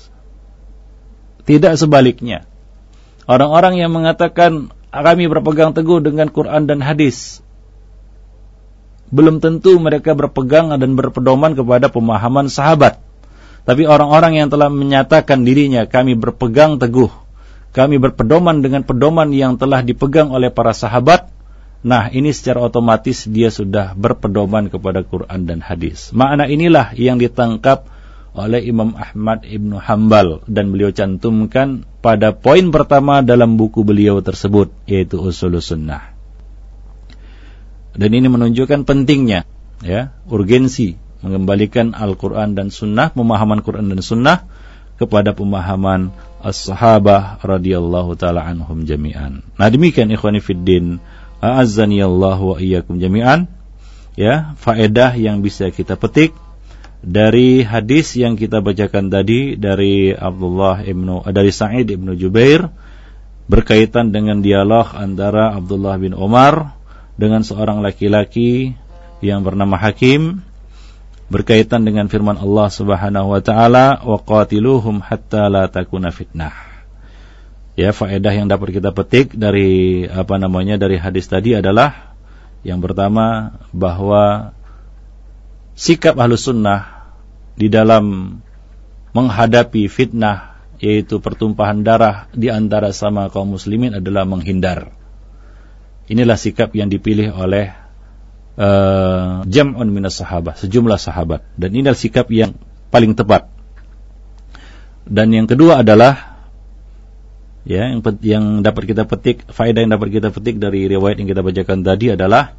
Tidak sebaliknya. Orang-orang yang mengatakan kami berpegang teguh dengan Quran dan hadis, belum tentu mereka berpegang dan berpedoman kepada pemahaman sahabat. Tapi orang-orang yang telah menyatakan dirinya kami berpegang teguh, kami berpedoman dengan pedoman yang telah dipegang oleh para sahabat, nah ini secara otomatis dia sudah berpedoman kepada Quran dan hadis. Makna inilah yang ditangkap oleh Imam Ahmad Ibn Hanbal dan beliau cantumkan pada poin pertama dalam buku beliau tersebut, yaitu Ushulus Sunnah. Dan ini menunjukkan pentingnya, ya, urgensi mengembalikan Al-Quran dan Sunnah, pemahaman Quran dan Sunnah kepada pemahaman as-sahabah radhiyallahu ta'ala anhum jami'an. Nah, demikian ikhwani fiddin, a'azzaniyallahu wa iyyakum jami'an, ya, faedah yang bisa kita petik dari hadis yang kita bacakan tadi dari Abdullah ibnu dari Sa'id ibnu Jubair berkaitan dengan dialog antara Abdullah bin Umar dengan seorang laki-laki yang bernama Hakim berkaitan dengan firman Allah Subhanahu wa taala, wa qatiluhum hatta la takuna fitnah. Ya, faedah yang dapat kita petik dari apa namanya dari hadis tadi adalah yang pertama, bahwa sikap Ahlus Sunnah di dalam menghadapi fitnah, yaitu pertumpahan darah di antara sama kaum muslimin, adalah menghindar. Inilah sikap yang dipilih oleh uh, jam'un minas sahabah, sejumlah sahabat. Dan inilah sikap yang paling tepat. Dan yang kedua adalah, Ya, yang, yang dapat kita petik, faedah yang dapat kita petik dari riwayat yang kita bacakan tadi adalah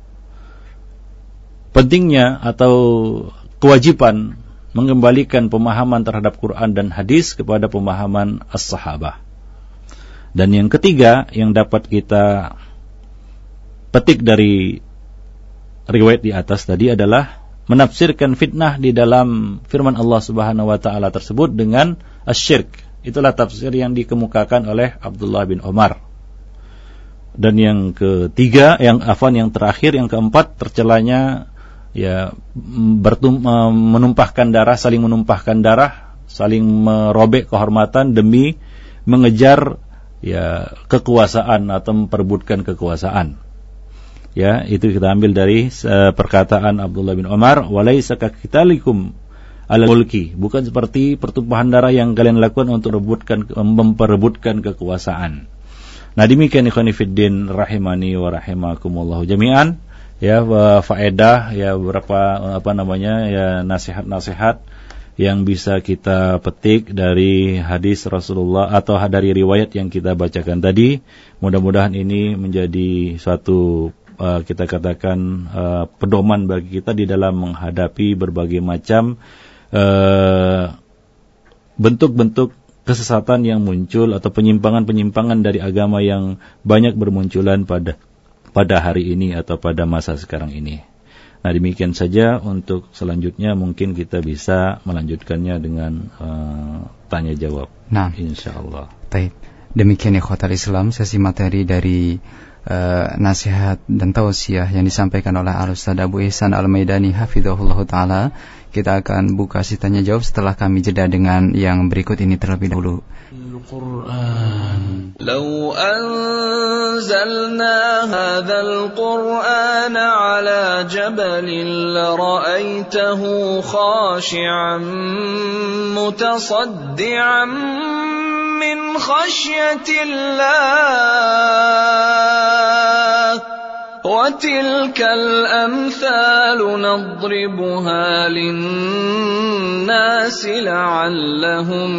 pentingnya atau kewajiban mengembalikan pemahaman terhadap Quran dan hadis kepada pemahaman as-sahabah. Dan yang ketiga yang dapat kita petik dari riwayat di atas tadi adalah menafsirkan fitnah di dalam firman Allah Subhanahu wa taala tersebut dengan asyirk. Itulah tafsir yang dikemukakan oleh Abdullah bin Umar. Dan yang ketiga, yang afwan yang terakhir, yang keempat, tercelanya ya bertum, menumpahkan darah, saling menumpahkan darah, saling merobek kehormatan demi mengejar ya kekuasaan atau memperebutkan kekuasaan. Ya, itu kita ambil dari uh, perkataan Abdullah bin Umar, walaisa kakitalikum ala mulki, bukan seperti pertumpahan darah yang kalian lakukan untuk rebutkan, memperebutkan kekuasaan. Nah, demikian ikhwani fiddin rahimani wa rahimakumullah jami'an. Ya, faedah ya beberapa apa namanya ya nasihat-nasihat yang bisa kita petik dari hadis Rasulullah atau dari riwayat yang kita bacakan tadi. Mudah-mudahan ini menjadi suatu uh, kita katakan uh, pedoman bagi kita di dalam menghadapi berbagai macam Uh, bentuk-bentuk kesesatan yang muncul atau penyimpangan-penyimpangan dari agama yang banyak bermunculan pada pada hari ini atau pada masa sekarang ini. Nah, demikian saja untuk selanjutnya mungkin kita bisa melanjutkannya dengan uh, tanya jawab. Nah, insyaallah.
Baik. Demikian ikhwatal Islam sesi materi dari uh, nasihat dan tausiah yang disampaikan oleh Al-Ustaz Abu Ihsan Al-Maidani hafizahullah taala. Kita akan buka sesi tanya jawab setelah kami jeda dengan yang berikut ini terlebih dahulu.
Al-Qur'an Law anzalna hadzal Qur'an 'ala jabalin la ra'aitahu khashi'an mutasaddian min khashyatillah وَتِلْكَ الْأَمْثَالُ نَضْرِبُهَا لِلنَّاسِ لَعَلَّهُمْ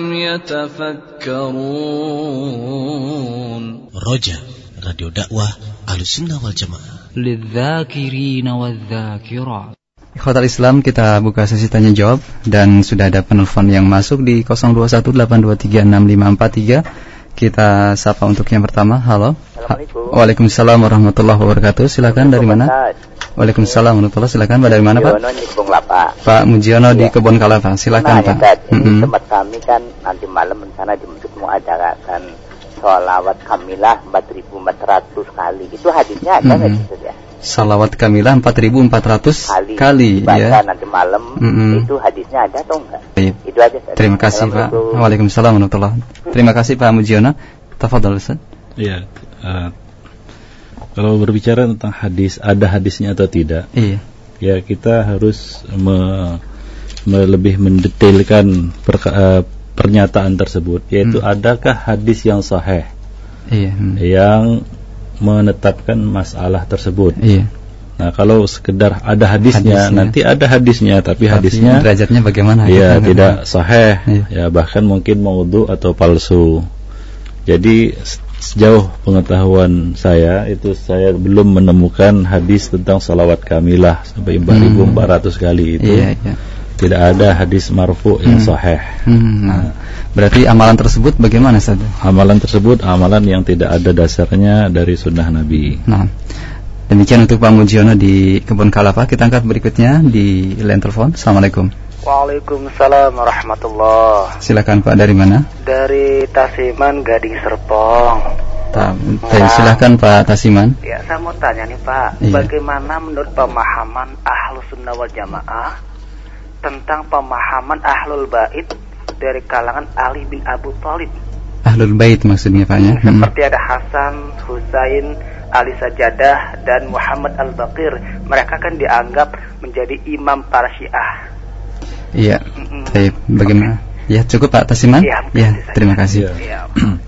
يَتَفَكَّرُونَ.
Roja, Radio Dakwah Ahlussunnah wal Jamaah.
لِلذَّاكِرِينَ وَالذَّاكِرَاتِ.
Ikhwatal Islam, kita buka sesi tanya jawab dan sudah ada penelpon yang masuk di nol dua satu delapan dua tiga enam lima empat tiga. Kita sapa untuk yang pertama. Halo.
Assalamualaikum.
Waalaikumsalam warahmatullahi wabarakatuh. Silakan dari mana? Waalaikumsalam warahmatullahi. Silakan Pak, dari mana Pak?
Mujiono di Kebun Kelapa.
Pak Mujiono di Kebun Kelapa. Silakan
nah,
Pak.
Ini
mm-hmm.
tempat kami kan nanti malam rencana di masjid mau ajarkan sholawat kamilah empat ribu empat ratus kali. Itu hadisnya ada nggak mm-hmm. ya?
Salawat kamilah empat ribu empat ratus kali, kali
baca
ya.
Nanti malam mm-hmm. itu hadisnya ada atau enggak?
Iya.
Itu aja.
Terima kasih Pak. Waalaikumsalam warahmatullahi. Terima kasih Pak Mujiono. Tafadhal Ustaz.
Iya. Uh, kalau berbicara tentang hadis, ada hadisnya atau tidak?
Iya.
Ya, kita harus me, me, lebih mendetailkan per, uh, pernyataan tersebut, yaitu hmm. adakah hadis yang sahih?
Iya. Hmm.
Yang menetapkan masalah tersebut.
Iya.
Nah, kalau sekedar ada hadisnya, hadisnya. nanti ada hadisnya, tapi, tapi hadisnya
derajatnya bagaimana?
Ya, tidak sahih.
Iya.
Ya, bahkan mungkin maudhu atau palsu. Jadi sejauh pengetahuan saya itu saya belum menemukan hadis tentang salawat kamilah sampai empat ribu empat ratus kali itu.
Iya, iya.
Tidak ada hadis marfu yang hmm. sahih.
Hmm. Nah, berarti amalan tersebut bagaimana Ustaz?
Amalan tersebut amalan yang tidak ada dasarnya dari sunnah Nabi.
Nah, demikian untuk Pak Mujiono di Kebun Kelapa. Kita angkat berikutnya di line telepon. Assalamualaikum.
Waalaikumsalam warahmatullah.
Silakan Pak, dari mana?
Dari Tasiman, Gading Serpong.
Ta- nah, silakan Pak Tasiman.
Ya, saya mau tanya nih Pak, iya. Bagaimana menurut pemahaman Ahlus Sunnah wal Jamaah tentang pemahaman Ahlul Bait dari kalangan Ali bin Abu Thalib?
Ahlul Bait maksudnya Pak ya?
Hmm, seperti ada Hasan, Husain, Ali Sajadah dan Muhammad Al-Baqir. Mereka kan dianggap menjadi imam para Syiah.
Iya. Baik, bagaimana? Okay. Ya, cukup Pak Tasiman?
Ya,
ya terima kasih.
Ya.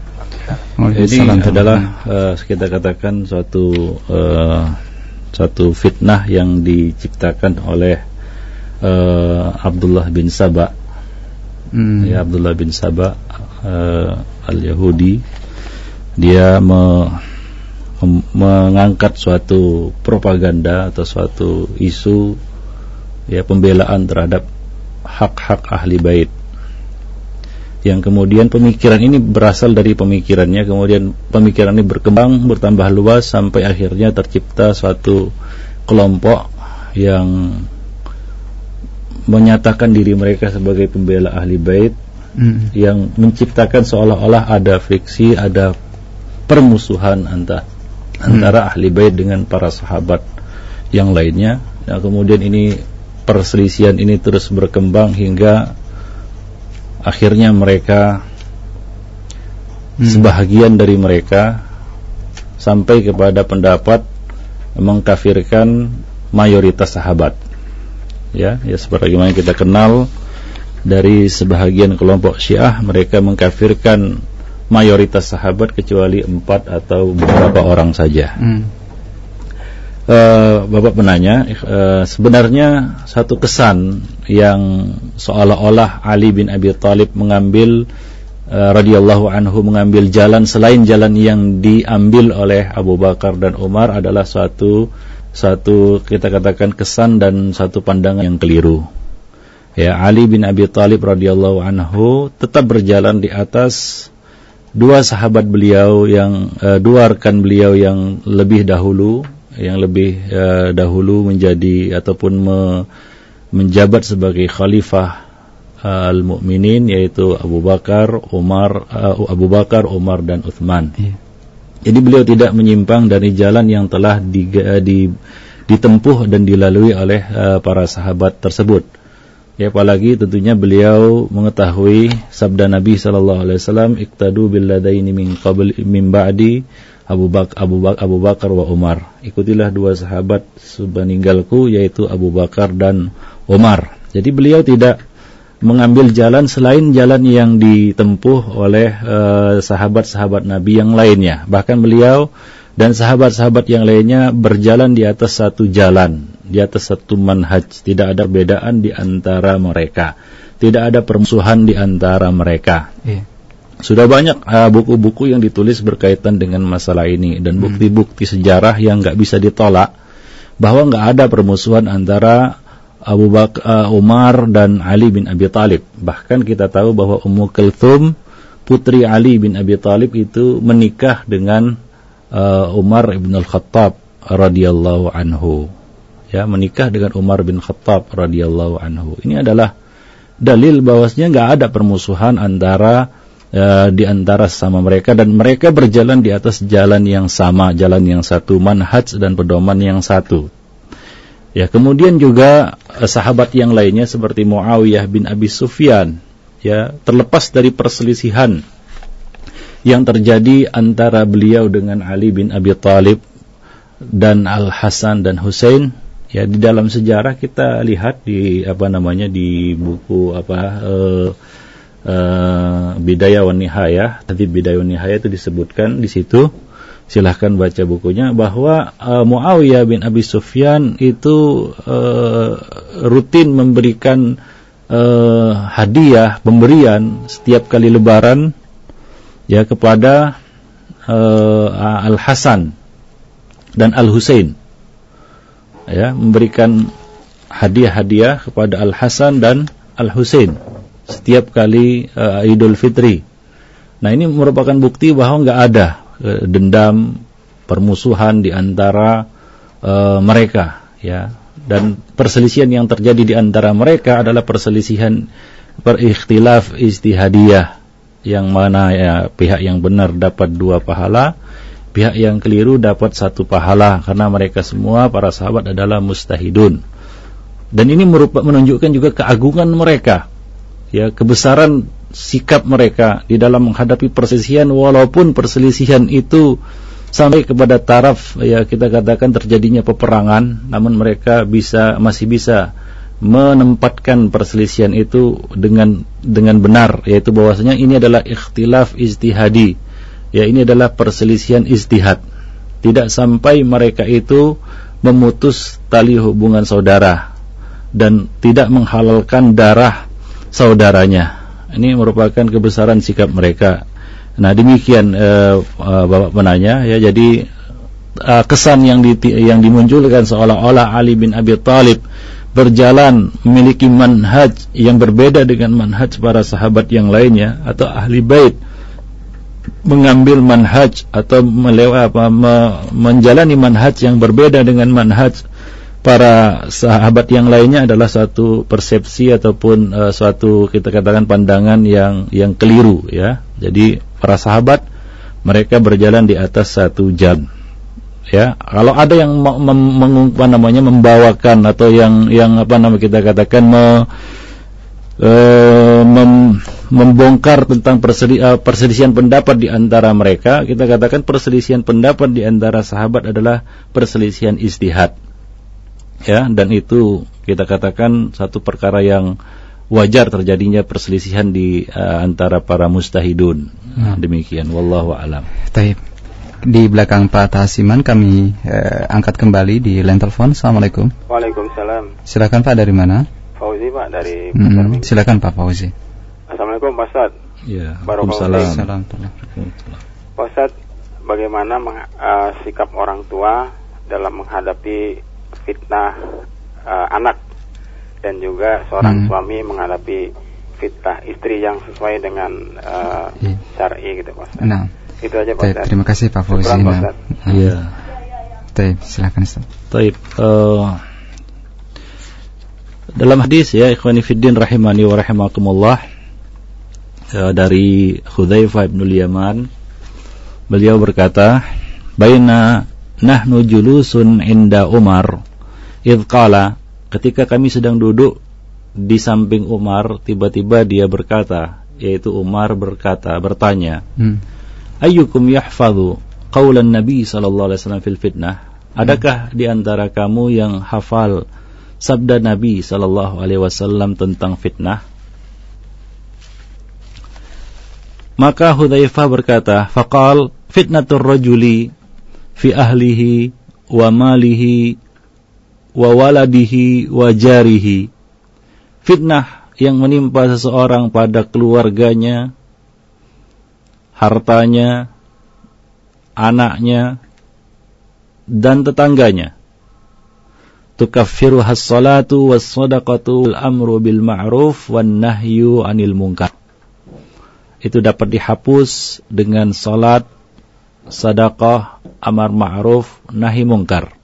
Jadi adalah uh, kita katakan suatu uh, suatu fitnah yang diciptakan oleh uh, Abdullah bin Saba. Hmm. Ya, Abdullah bin Saba uh, Al-Yahudi dia me, me, mengangkat suatu propaganda atau suatu isu ya pembelaan terhadap hak-hak ahli bait, yang kemudian pemikiran ini berasal dari pemikirannya, kemudian pemikiran ini berkembang, bertambah luas sampai akhirnya tercipta suatu kelompok yang menyatakan diri mereka sebagai pembela ahli bait, mm. yang menciptakan seolah-olah ada friksi, ada permusuhan antara mm. antara ahli bait dengan para sahabat yang lainnya. Nah, kemudian ini perselisihan ini terus berkembang hingga akhirnya mereka hmm. sebahagian dari mereka sampai kepada pendapat mengkafirkan mayoritas sahabat. Ya, ya sebagaimana kita kenal dari sebahagian kelompok Syiah, mereka mengkafirkan mayoritas sahabat kecuali empat atau beberapa orang saja. Hmm. Uh, Bapak penanya, uh, sebenarnya satu kesan yang seolah-olah Ali bin Abi Thalib mengambil uh, radhiyallahu anhu mengambil jalan selain jalan yang diambil oleh Abu Bakar dan Umar adalah suatu satu kita katakan kesan dan satu pandangan yang keliru. Ya, Ali bin Abi Thalib radhiyallahu anhu tetap berjalan di atas dua sahabat beliau yang uh, dua rekan beliau yang lebih dahulu yang lebih uh, dahulu menjadi ataupun me, menjabat sebagai khalifah uh, al-mu'minin, yaitu Abu Bakar, Umar, uh, Abu Bakar, Umar dan Uthman. Yeah. Jadi beliau tidak menyimpang dari jalan yang telah di, uh, di, ditempuh dan dilalui oleh uh, para sahabat tersebut. Ya, apalagi tentunya beliau mengetahui sabda Nabi sallallahu alaihi wasallam, iqtadu bil ladaini min qabl min ba'di Abu Bakar, Abu Bakar, Abu Bakar wa Umar. Ikutilah dua sahabat sepeninggalku, yaitu Abu Bakar dan Umar. Jadi beliau tidak mengambil jalan selain jalan yang ditempuh oleh uh, sahabat-sahabat Nabi yang lainnya. Bahkan beliau dan sahabat-sahabat yang lainnya berjalan di atas satu jalan, di atas satu manhaj. Tidak ada perbedaan di antara mereka, tidak ada permusuhan di antara mereka. Yeah. Sudah banyak uh, buku-buku yang ditulis berkaitan dengan masalah ini dan bukti-bukti sejarah yang nggak bisa ditolak bahwa nggak ada permusuhan antara Abu Bakar, uh, Umar dan Ali bin Abi Thalib. Bahkan kita tahu bahwa Ummu Kulthum, putri Ali bin Abi Thalib, itu menikah dengan uh, Umar bin Al-Khattab radhiyallahu anhu. Ya, menikah dengan Umar bin Khattab radhiyallahu anhu. Ini adalah dalil bahwasanya nggak ada permusuhan antara Uh, di antara sama mereka, dan mereka berjalan di atas jalan yang sama, jalan yang satu, manhaj dan pedoman yang satu. Ya, kemudian juga uh, sahabat yang lainnya seperti Muawiyah bin Abi Sufyan, ya, terlepas dari perselisihan yang terjadi antara beliau dengan Ali bin Abi Thalib dan Al Hasan dan Husain. Ya, di dalam sejarah kita lihat di apa namanya di buku apa uh, Uh, Bidayah wan Nihayah, tadi Bidayah wan Nihayah itu disebutkan di situ. Silahkan baca bukunya bahwa uh, Muawiyah bin Abi Sufyan itu uh, rutin memberikan uh, hadiah, pemberian setiap kali Lebaran ya kepada uh, Al Hasan dan Al Husain. Ya, memberikan hadiah-hadiah kepada Al Hasan dan Al Husain setiap kali uh, Idul Fitri. Nah, ini merupakan bukti bahwa nggak ada uh, dendam, permusuhan di antara uh, mereka, ya. Dan perselisihan yang terjadi di antara mereka adalah perselisihan perikhtilaf ijtihadiyah, yang mana ya pihak yang benar dapat dua pahala, pihak yang keliru dapat satu pahala, karena mereka semua para sahabat adalah mustahidun. Dan ini merupakan menunjukkan juga keagungan mereka. Ya, kebesaran sikap mereka di dalam menghadapi perselisihan, walaupun perselisihan itu sampai kepada taraf ya kita katakan terjadinya peperangan, namun mereka bisa masih bisa menempatkan perselisihan itu dengan dengan benar, yaitu bahwasanya ini adalah ikhtilaf ijtihadi. Ya, ini adalah perselisihan ijtihad. Tidak sampai mereka itu memutus tali hubungan saudara dan tidak menghalalkan darah saudaranya. Ini merupakan kebesaran sikap mereka. Nah, demikian uh, uh, Bapak penanya ya. Jadi uh, kesan yang di, yang dimunculkan seolah-olah Ali bin Abi Thalib berjalan memiliki manhaj yang berbeda dengan manhaj para sahabat yang lainnya, atau ahli bait mengambil manhaj atau melewa, apa, me, menjalani manhaj yang berbeda dengan manhaj para sahabat yang lainnya adalah suatu persepsi ataupun uh, suatu kita katakan pandangan yang yang keliru ya. Jadi para sahabat mereka berjalan di atas satu jam. Ya, kalau ada yang mem, apa namanya membawakan atau yang yang apa namanya kita katakan me, e, mem, membongkar tentang persedi, perselisihan pendapat di antara mereka, kita katakan perselisihan pendapat di antara sahabat adalah perselisihan ijtihad. Ya, dan itu kita katakan satu perkara yang wajar terjadinya perselisihan di uh, antara para mujtahidun. Hmm. Demikian, wallahu a'lam.
Baik. Di belakang Pak Tasiman kami eh, angkat kembali di line telepon. Assalamualaikum.
Waalaikumsalam.
Silakan Pak, dari mana?
Fauzi Pak, dari
hmm, silakan Pak Fauzi.
Assalamualaikum Pak Ustaz.
Ya.
Waalaikumsalam. Pak Ustaz, bagaimana meng, uh, sikap orang tua dalam menghadapi fitnah uh, anak dan juga seorang hmm. suami menghadapi fitnah istri yang sesuai dengan uh, yeah. syar'i gitu Pak Ustaz.
Nah.
Itu aja Pak Ustaz.
Terima kasih Pak Fauzi.
Iya.
Baik, silakan Ustaz.
Baik, uh, dalam hadis ya ikhwani fiddin rahimani wa rahimakumullah, uh, dari Hudzaifah bin Yaman, beliau berkata, "Baina nahnu julusun inda Umar, idz qala," ketika kami sedang duduk di samping Umar, tiba-tiba dia berkata, yaitu Umar berkata, bertanya, hmm. "Ayyukum yahfadhu qaulan Nabi sallallahu alaihi wasallam fil fitnah?" Adakah di antara kamu yang hafal sabda Nabi sallallahu alaihi wasallam tentang fitnah? Maka Hudzaifah berkata, faqal fitnatur rajuli fi ahlihi wa malihi wa waladihi wa jarihi. Fitnah yang menimpa seseorang pada keluarganya, hartanya, anaknya, dan tetangganya. Tukaffiruhas salatu was sadaqatu wal amru bil ma'ruf wan nahyu 'anil munkar. Itu dapat dihapus dengan salat, sedekah, amar ma'ruf, nahi munkar.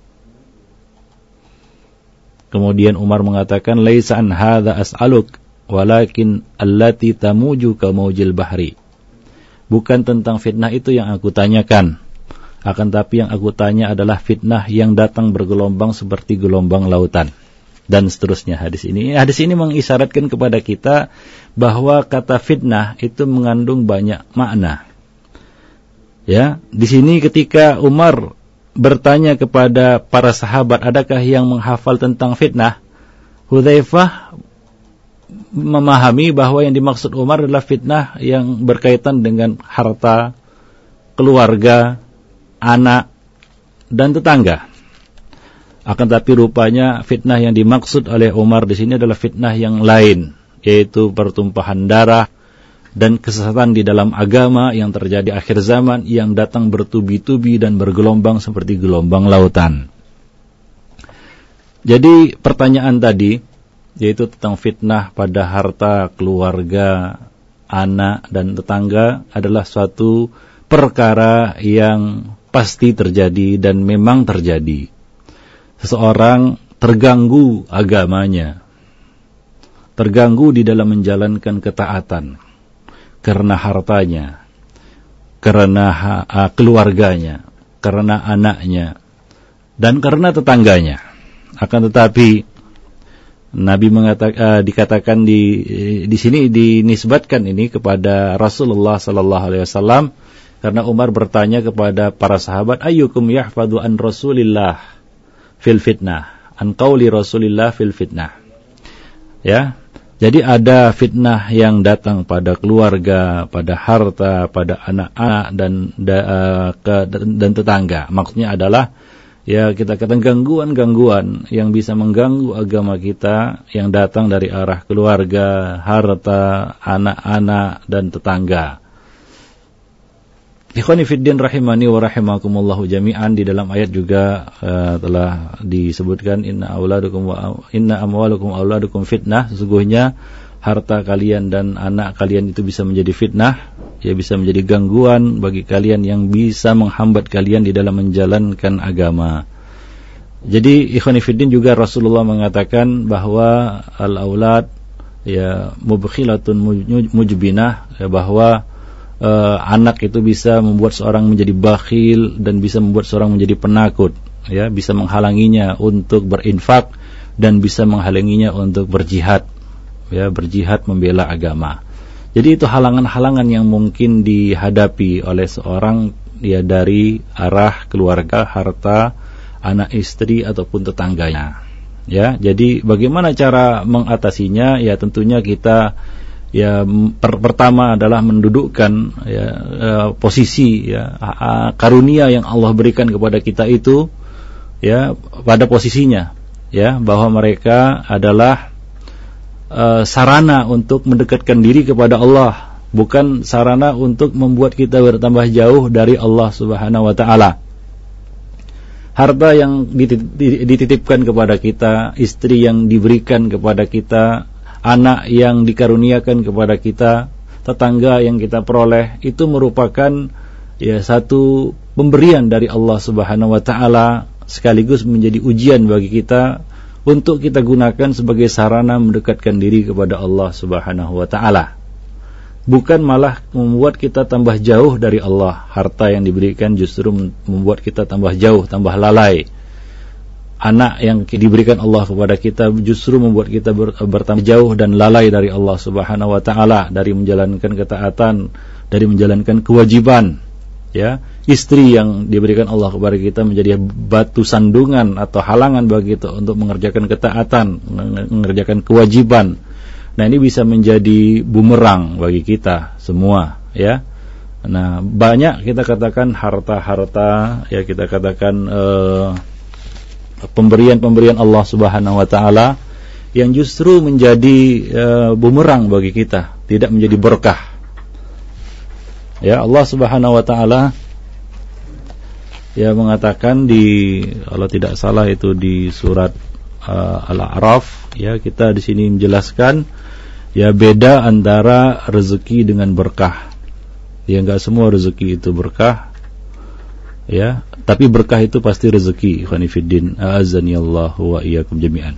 Kemudian Umar mengatakan, laisa an hadza as'aluk walakin allati tamuju ka maujil bahri. Bukan tentang fitnah itu yang aku tanyakan, akan tapi yang aku tanya adalah fitnah yang datang bergelombang seperti gelombang lautan. Dan seterusnya hadis ini. Hadis ini mengisyaratkan kepada kita bahwa kata fitnah itu mengandung banyak makna. Ya, di sini ketika Umar bertanya kepada para sahabat, adakah yang menghafal tentang fitnah? Hudzaifah memahami bahwa yang dimaksud Umar adalah fitnah yang berkaitan dengan harta, keluarga, anak, dan tetangga. Akan tapi rupanya fitnah yang dimaksud oleh Umar di sini adalah fitnah yang lain, yaitu pertumpahan darah dan kesesatan di dalam agama yang terjadi akhir zaman, yang datang bertubi-tubi dan bergelombang seperti gelombang lautan. Jadi pertanyaan tadi, yaitu tentang fitnah pada harta, keluarga, anak, dan tetangga, adalah suatu perkara yang pasti terjadi dan memang terjadi. Seseorang terganggu agamanya, terganggu di dalam menjalankan ketaatan karena hartanya, karena ha- keluarganya, karena anaknya, dan karena tetangganya. Akan tetapi Nabi mengatakan, uh, dikatakan di di sini dinisbatkan ini kepada Rasulullah sallallahu alaihi wasallam, karena Umar bertanya kepada para sahabat, ayyukum yahfadhu an Rasulillah fil fitnah, an qauli Rasulillah fil fitnah. Ya, jadi ada fitnah yang datang pada keluarga, pada harta, pada anak-anak dan da, uh, ke, dan tetangga. Maksudnya adalah ya kita katakan gangguan-gangguan yang bisa mengganggu agama kita yang datang dari arah keluarga, harta, anak-anak, dan tetangga. Ikhwani fiddin rahimani wa rahimakumullahu jami'an, di dalam ayat juga uh, telah disebutkan inna auladukum wa inna amwalukum wa auladukum fitnah, sesungguhnya harta kalian dan anak kalian itu bisa menjadi fitnah, ya bisa menjadi gangguan bagi kalian yang bisa menghambat kalian di dalam menjalankan agama. Jadi ikhwani fiddin juga Rasulullah mengatakan bahwa al-aulad ya mubkhilatun mujbinah, ya, bahwa Uh, anak itu bisa membuat seorang menjadi bakhil dan bisa membuat seorang menjadi penakut, ya, bisa menghalanginya untuk berinfak dan bisa menghalanginya untuk berjihad, ya, berjihad membela agama. Jadi itu halangan-halangan yang mungkin dihadapi oleh seorang, ya, dari arah keluarga, harta, anak istri ataupun tetangganya, ya. Jadi bagaimana cara mengatasinya? Ya tentunya kita ya per, pertama adalah mendudukkan, ya, uh, posisi, ya, karunia yang Allah berikan kepada kita itu, ya, pada posisinya, ya, bahwa mereka adalah uh, sarana untuk mendekatkan diri kepada Allah, bukan sarana untuk membuat kita bertambah jauh dari Allah Subhanahu wa taala. Harta yang dititipkan kepada kita, istri yang diberikan kepada kita, anak yang dikaruniakan kepada kita, tetangga yang kita peroleh, itu merupakan, ya, satu pemberian dari Allah Subhanahu wa taala, sekaligus menjadi ujian bagi kita untuk kita gunakan sebagai sarana mendekatkan diri kepada Allah Subhanahu wa taala. Bukan malah membuat kita tambah jauh dari Allah. Harta yang diberikan justru membuat kita tambah jauh, tambah lalai. Anak yang diberikan Allah kepada kita justru membuat kita ber, bertambah jauh dan lalai dari Allah Subhanahu wa taala, dari menjalankan ketaatan, dari menjalankan kewajiban, ya. Istri yang diberikan Allah kepada kita menjadi batu sandungan atau halangan bagi kita untuk mengerjakan ketaatan, mengerjakan kewajiban. Nah, ini bisa menjadi bumerang bagi kita semua, ya. Nah, banyak kita katakan harta-harta, ya, kita katakan eh, pemberian-pemberian Allah Subhanahu wa taala yang justru menjadi uh, bumerang bagi kita, tidak menjadi berkah. Ya, Allah Subhanahu wa taala ya mengatakan di, kalau tidak salah itu di surat uh, Al-A'raf, ya, kita di sini menjelaskan, ya, beda antara rezeki dengan berkah. Ya, enggak semua rezeki itu berkah, ya, tapi berkah itu pasti rezeki. Ikhwani fiddin, a'azzanillahu wa iyyakum jami'an.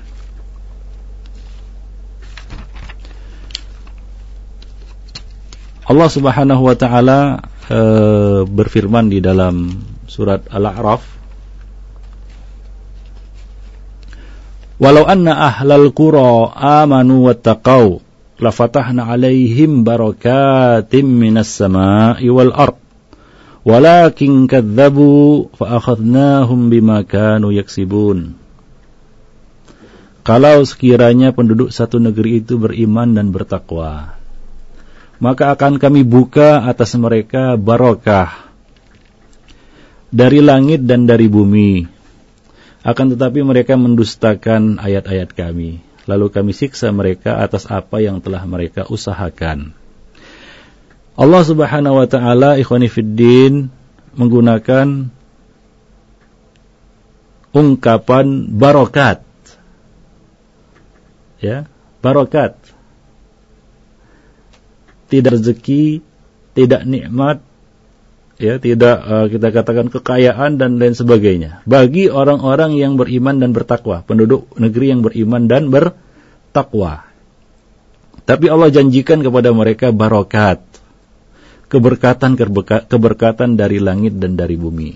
Allah Subhanahu wa taala e, berfirman di dalam surat Al-A'raf, "Walau anna ahlal qura amanu wattaqau lafatahna 'alaihim barakatim minas sama'i wal ard. Walakin kadzabu fa akhadnahum bima kanu yaksibun." Kalau sekiranya penduduk satu negeri itu beriman dan bertakwa, maka akan kami buka atas mereka barakah dari langit dan dari bumi. Akan tetapi mereka mendustakan ayat-ayat kami, lalu kami siksa mereka atas apa yang telah mereka usahakan. Allah Subhanahu wa taala, ikhwani fiddin, menggunakan ungkapan barokat. Ya, barokat. Tidak rezeki, tidak nikmat, ya, tidak uh, kita katakan kekayaan dan lain sebagainya bagi orang-orang yang beriman dan bertakwa, penduduk negeri yang beriman dan bertakwa. Tapi Allah janjikan kepada mereka barokat, keberkatan keberkatan dari langit dan dari bumi.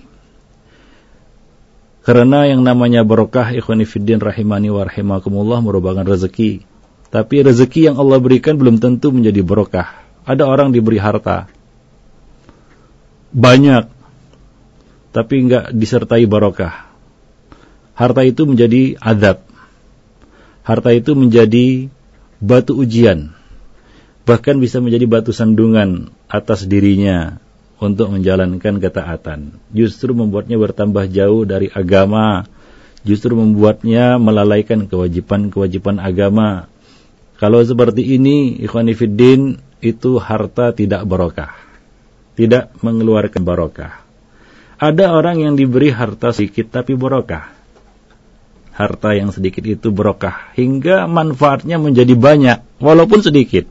Karena yang namanya barokah, ikhwani fiddin rahimani wa rahimakumullah, merupakan rezeki. Tapi rezeki yang Allah berikan belum tentu menjadi barokah. Ada orang diberi harta banyak, tapi enggak disertai barokah. Harta itu menjadi azab. Harta itu menjadi batu ujian, bahkan bisa menjadi batu sandungan atas dirinya untuk menjalankan ketaatan. Justru membuatnya bertambah jauh dari agama, justru membuatnya melalaikan kewajiban-kewajiban agama. Kalau seperti ini, ikhwani fiddin, itu harta tidak barokah. tidak mengeluarkan barokah. Ada orang yang diberi harta sedikit tapi barokah. Harta yang sedikit itu barokah hingga manfaatnya menjadi banyak walaupun sedikit.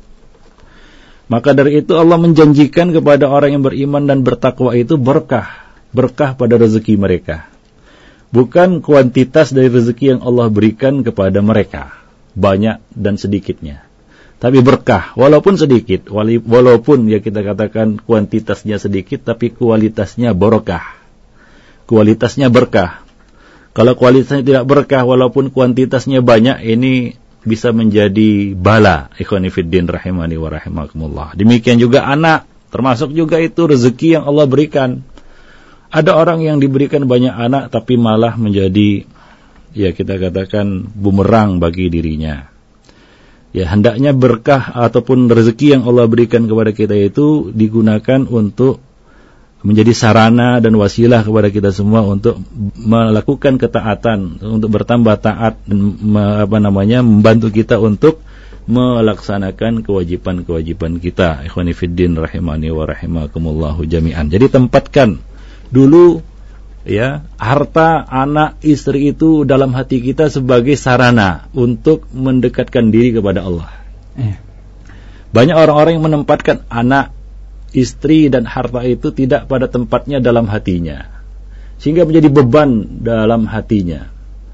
Maka dari itu Allah menjanjikan kepada orang yang beriman dan bertakwa itu berkah, berkah pada rezeki mereka. Bukan kuantitas dari rezeki yang Allah berikan kepada mereka, banyak dan sedikitnya. Tapi berkah, walaupun sedikit, walaupun ya kita katakan kuantitasnya sedikit, tapi kualitasnya barokah. Kualitasnya berkah. Kalau kualitasnya tidak berkah, walaupun kuantitasnya banyak, ini bisa menjadi bala. Ikhwani fiddin rahimani wa rahimakumullah. Demikian juga anak, termasuk juga itu rezeki yang Allah berikan. Ada orang yang diberikan banyak anak, tapi malah menjadi, ya kita katakan, bumerang bagi dirinya. Ya, hendaknya berkah ataupun rezeki yang Allah berikan kepada kita itu digunakan untuk menjadi sarana dan wasilah kepada kita semua untuk melakukan ketaatan, untuk bertambah taat dan apa namanya membantu kita untuk melaksanakan kewajiban-kewajiban kita. Ikhwani fiddin rahimani wa rahimakumullahu jami'an. Jadi tempatkan dulu ya harta, anak, istri itu dalam hati kita sebagai sarana untuk mendekatkan diri kepada Allah. Eh. Banyak orang-orang yang menempatkan anak, istri dan harta itu tidak pada tempatnya dalam hatinya, sehingga menjadi beban dalam hatinya,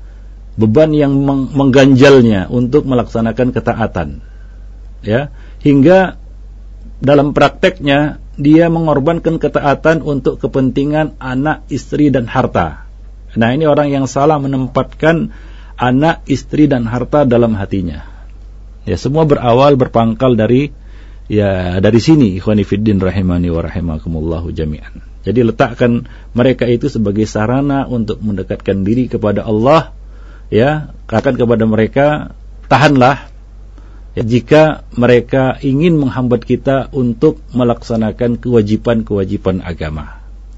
beban yang meng- mengganjalnya untuk melaksanakan ketaatan, ya, hingga dalam prakteknya dia mengorbankan ketaatan untuk kepentingan anak, istri dan harta. Nah, ini orang yang salah menempatkan anak, istri dan harta dalam hatinya. Ya, semua berawal berpangkal dari ya dari sini. Ikhwani fiddin rahimani wa rahimakumullahu jami'an. Jadi letakkan mereka itu sebagai sarana untuk mendekatkan diri kepada Allah. Ya, katakan kepada mereka, tahanlah ya, jika mereka ingin menghambat kita untuk melaksanakan kewajiban-kewajiban agama.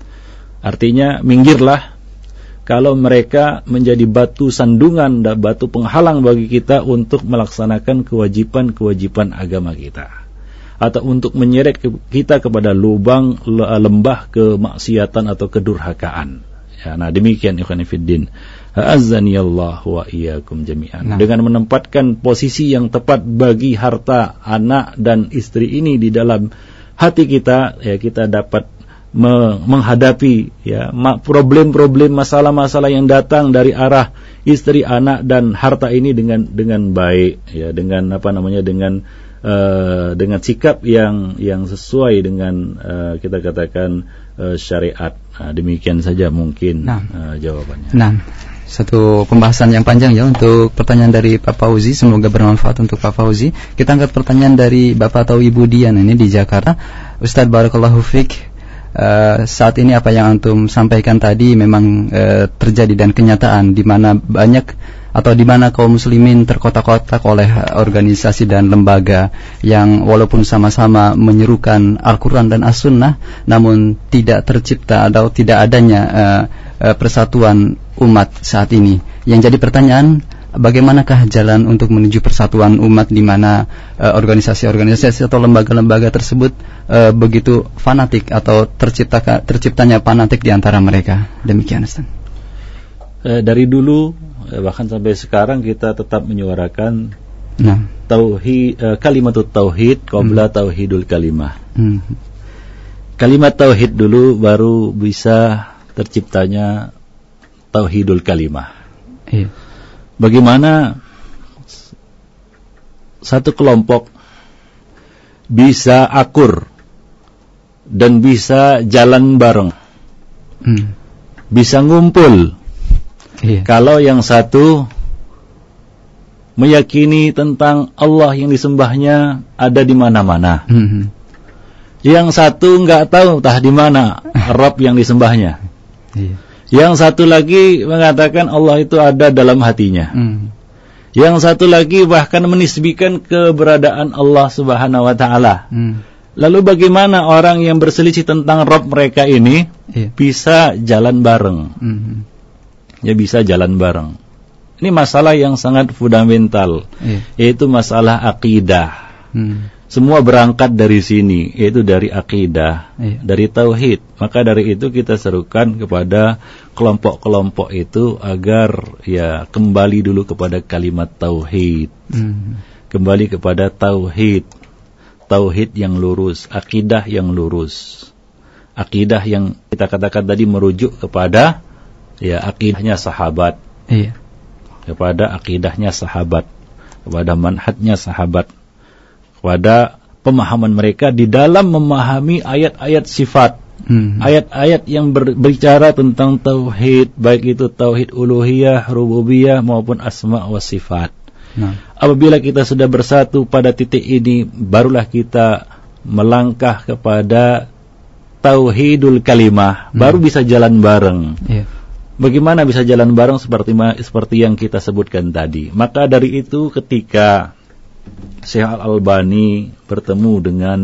Artinya minggirlah kalau mereka menjadi batu sandungan dan batu penghalang bagi kita untuk melaksanakan kewajiban-kewajiban agama kita, atau untuk menyeret kita kepada lubang lembah kemaksiatan atau kedurhakaan. Ya, nah demikian ikhwan fiddin. A'azzani Allah wa iyyakum jami'an. Nah. Dengan menempatkan posisi yang tepat bagi harta, anak dan istri ini di dalam hati kita, ya kita dapat me- menghadapi ya problem-problem, masalah-masalah yang datang dari arah istri, anak dan harta ini dengan dengan baik, ya dengan apa namanya dengan uh, dengan sikap yang yang sesuai dengan uh, kita katakan uh, syariat. Nah, demikian saja mungkin nah. uh, jawabannya. Nah.
Satu pembahasan yang panjang ya untuk pertanyaan dari Pak Fauzi, semoga bermanfaat untuk Pak Fauzi. Kita angkat pertanyaan dari Bapak atau Ibu Dian ini di Jakarta. Ustaz barakallahu fiik, uh, saat ini apa yang antum sampaikan tadi memang uh, terjadi dan kenyataan di mana banyak atau di mana kaum muslimin terkotak-kotak oleh organisasi dan lembaga yang walaupun sama-sama menyerukan Al-Quran dan As-Sunnah, namun tidak tercipta atau tidak adanya uh, uh, persatuan umat saat ini. Yang jadi pertanyaan, bagaimanakah jalan untuk menuju persatuan umat di mana uh, organisasi-organisasi atau lembaga-lembaga tersebut uh, begitu fanatik atau tercipta terciptanya fanatik di antara mereka? Demikian Ustaz.
Uh, dari dulu bahkan sampai sekarang kita tetap menyuarakan nah. tauhid, uh, kalimatut tauhid qabla hmm. tauhidul kalimah. Hmm. Kalimat tauhid dulu baru bisa terciptanya tauhidul kalimah. Iya. Bagaimana satu kelompok bisa akur dan bisa jalan bareng, hmm. bisa ngumpul. Iya. Kalau yang satu meyakini tentang Allah yang disembahnya ada di mana-mana, mm-hmm. yang satu nggak tahu entah di mana Rabb yang disembahnya, iya. yang satu lagi mengatakan Allah itu ada dalam hatinya, mm. yang satu lagi bahkan menisbikan keberadaan Allah Subhanahu Wa Taala. Mm. Lalu bagaimana orang yang berselisih tentang Rabb mereka ini iya. bisa jalan bareng? Mm-hmm. Ya bisa jalan bareng. Ini masalah yang sangat fundamental, yeah. yaitu masalah akidah. Hmm. semua berangkat dari sini, yaitu dari akidah, iya. dari tauhid. Maka dari itu kita serukan kepada kelompok-kelompok itu agar ya kembali dulu kepada kalimat tauhid. Hmm. Kembali kepada tauhid. Tauhid yang lurus, akidah yang lurus. Akidah yang kita katakan tadi merujuk kepada ya akidahnya sahabat. Iya. Kepada akidahnya sahabat, kepada manhajnya sahabat, kepada pemahaman mereka di dalam memahami ayat-ayat sifat, hmm. ayat-ayat yang ber, berbicara tentang tauhid, baik itu tauhid uluhiyah, rububiyah maupun asma wa sifat. Nah. Apabila kita sudah bersatu pada titik ini, barulah kita melangkah kepada tauhidul kalimah, hmm. baru bisa jalan bareng. Yeah. Bagaimana bisa jalan bareng seperti seperti yang kita sebutkan tadi? Maka dari itu ketika Syekh Al-Albani bertemu dengan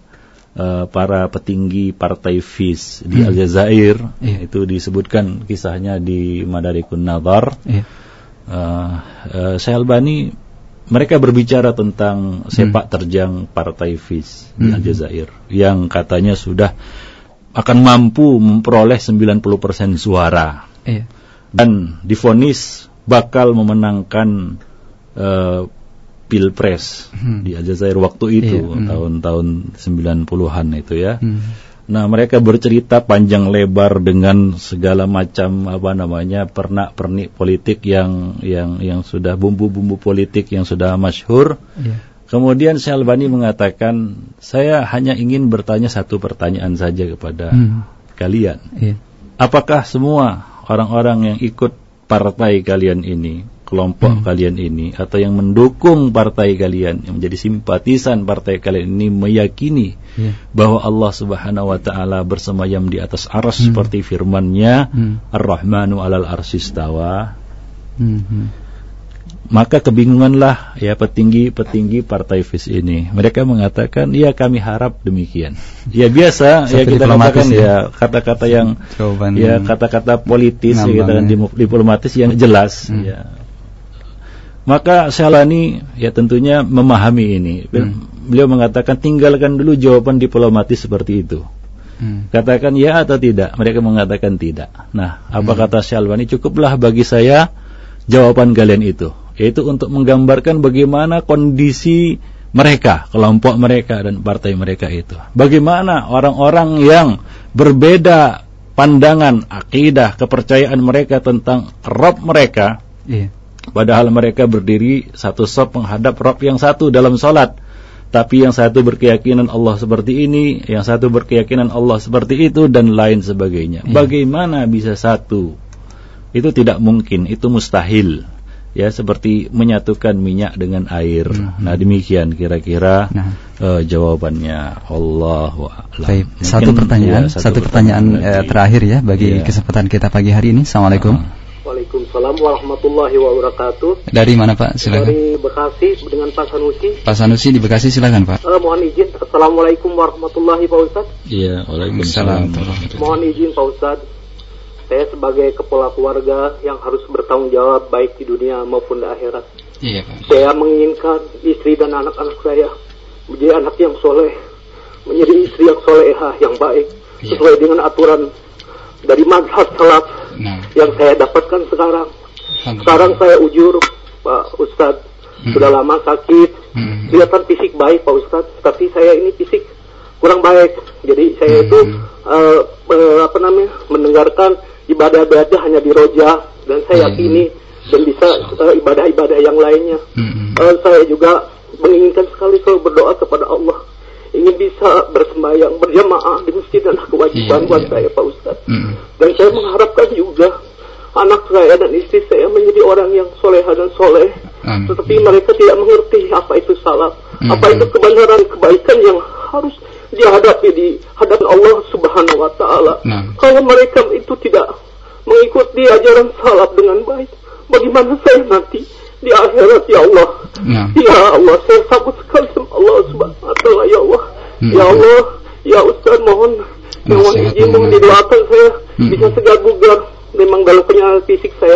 uh, para petinggi partai F I S di hmm. Aljazair, yeah. itu disebutkan kisahnya di Madarikun Nadhar. Yeah. Uh, uh, Syekh Al-Albani, mereka berbicara tentang sepak terjang partai F I S di hmm. Aljazair yang katanya sudah akan mampu memperoleh sembilan puluh persen suara, yeah. dan divonis bakal memenangkan uh, Pilpres hmm. di Aljazair waktu itu, yeah. hmm. tahun-tahun sembilan puluhan itu ya. Hmm. Nah, mereka bercerita panjang lebar dengan segala macam apa namanya pernak-pernik politik yang yang yang sudah bumbu-bumbu politik yang sudah masyhur. Yeah. Kemudian Syekh Albani mengatakan, saya hanya ingin bertanya satu pertanyaan saja kepada hmm. kalian. Yeah. Apakah semua orang-orang yang ikut partai kalian ini, kelompok hmm. kalian ini, atau yang mendukung partai kalian, yang menjadi simpatisan partai kalian ini, meyakini yeah. bahwa Allah Subhanahu wa Ta'ala bersemayam di atas arsy hmm. seperti firman-Nya, hmm. Ar-Rahmanu 'alal arsy istawa? Hmm. Maka kebingunganlah ya petinggi-petinggi partai F I S ini. Mereka mengatakan, ya kami harap demikian. Ya biasa ya kita katakan ya, ya kata-kata yang jawaban ya kata-kata politis ya, dan ya. diplomatis yang jelas hmm. ya. Maka Syalani ya tentunya memahami ini. Hmm. Beliau mengatakan, tinggalkan dulu jawaban diplomatis seperti itu. Hmm. Katakan ya atau tidak. Mereka mengatakan tidak. Nah, apa hmm. kata Syalani? Cukuplah bagi saya jawaban kalian itu, yaitu untuk menggambarkan bagaimana kondisi mereka, kelompok mereka dan partai mereka itu. Bagaimana orang-orang yang berbeda pandangan, akidah, kepercayaan mereka tentang Rabb mereka, yeah. padahal mereka berdiri satu saf menghadap Rabb yang satu dalam salat. Tapi yang satu berkeyakinan Allah seperti ini, yang satu berkeyakinan Allah seperti itu, dan lain sebagainya. Yeah. Bagaimana bisa satu? Itu tidak mungkin, itu mustahil. Ya, seperti menyatukan minyak dengan air. Hmm. Nah, demikian kira-kira nah. uh, jawabannya. Allahu a'lam. Baik,
satu pertanyaan, ya, satu, satu pertanyaan, pertanyaan uh, terakhir ya bagi ya. kesempatan kita pagi hari ini. Assalamualaikum. Uh.
Waalaikumsalam warahmatullahi wabarakatuh.
Dari mana Pak? Silakan.
Dari Bekasi dengan Pak Sanusi.
Pak Sanusi di Bekasi, silakan Pak.
Uh, mohon izin. Assalamualaikum warahmatullahi Pak Ustaz.
Iya, waalaikumsalam.
Mohon izin Pak Ustaz. Saya sebagai kepala keluarga yang harus bertanggung jawab baik di dunia maupun di akhirat. Iya, Pak. Saya menginginkan istri dan anak-anak saya menjadi anak yang soleh, menjadi istri yang solehah, yang baik, iya. sesuai dengan aturan dari mazhab salaf nah. yang saya dapatkan sekarang. Sekarang saya ujur, Pak Ustadz, hmm. sudah lama sakit, hmm. kelihatan fisik baik Pak Ustadz, tapi saya ini fisik kurang baik. Jadi saya hmm. itu uh, uh, apa namanya mendengarkan ibadah-ibadah hanya di roja, dan saya yakini hmm. dan bisa uh, ibadah-ibadah yang lainnya. Hmm. Uh, saya juga menginginkan sekali kalau berdoa kepada Allah, ingin bisa bersembahyang berjamaah di masjid dan kewajiban yeah, buat yeah. saya Pak Ustaz. Hmm. Dan saya mengharapkan juga anak saya dan istri saya menjadi orang yang soleha dan soleh, hmm. tetapi mereka tidak mengerti apa itu salah, hmm. apa itu kebenaran, kebaikan yang harus dihadapi di hadapan Allah Subhanahu wa Ta'ala. Nah. Kalau mereka itu tidak mengikuti ajaran salaf dengan baik, bagaimana saya nanti di akhirat ya Allah? Nah. Ya Allah, saya takut sekali sama Allah Subhanahu wa Ta'ala ya Allah. Hmm. Ya Allah, ya Ustaz, mohon mohon izin mohon didoakan saya hmm. bisa segar bugar. Memang dalam penyakit fisik saya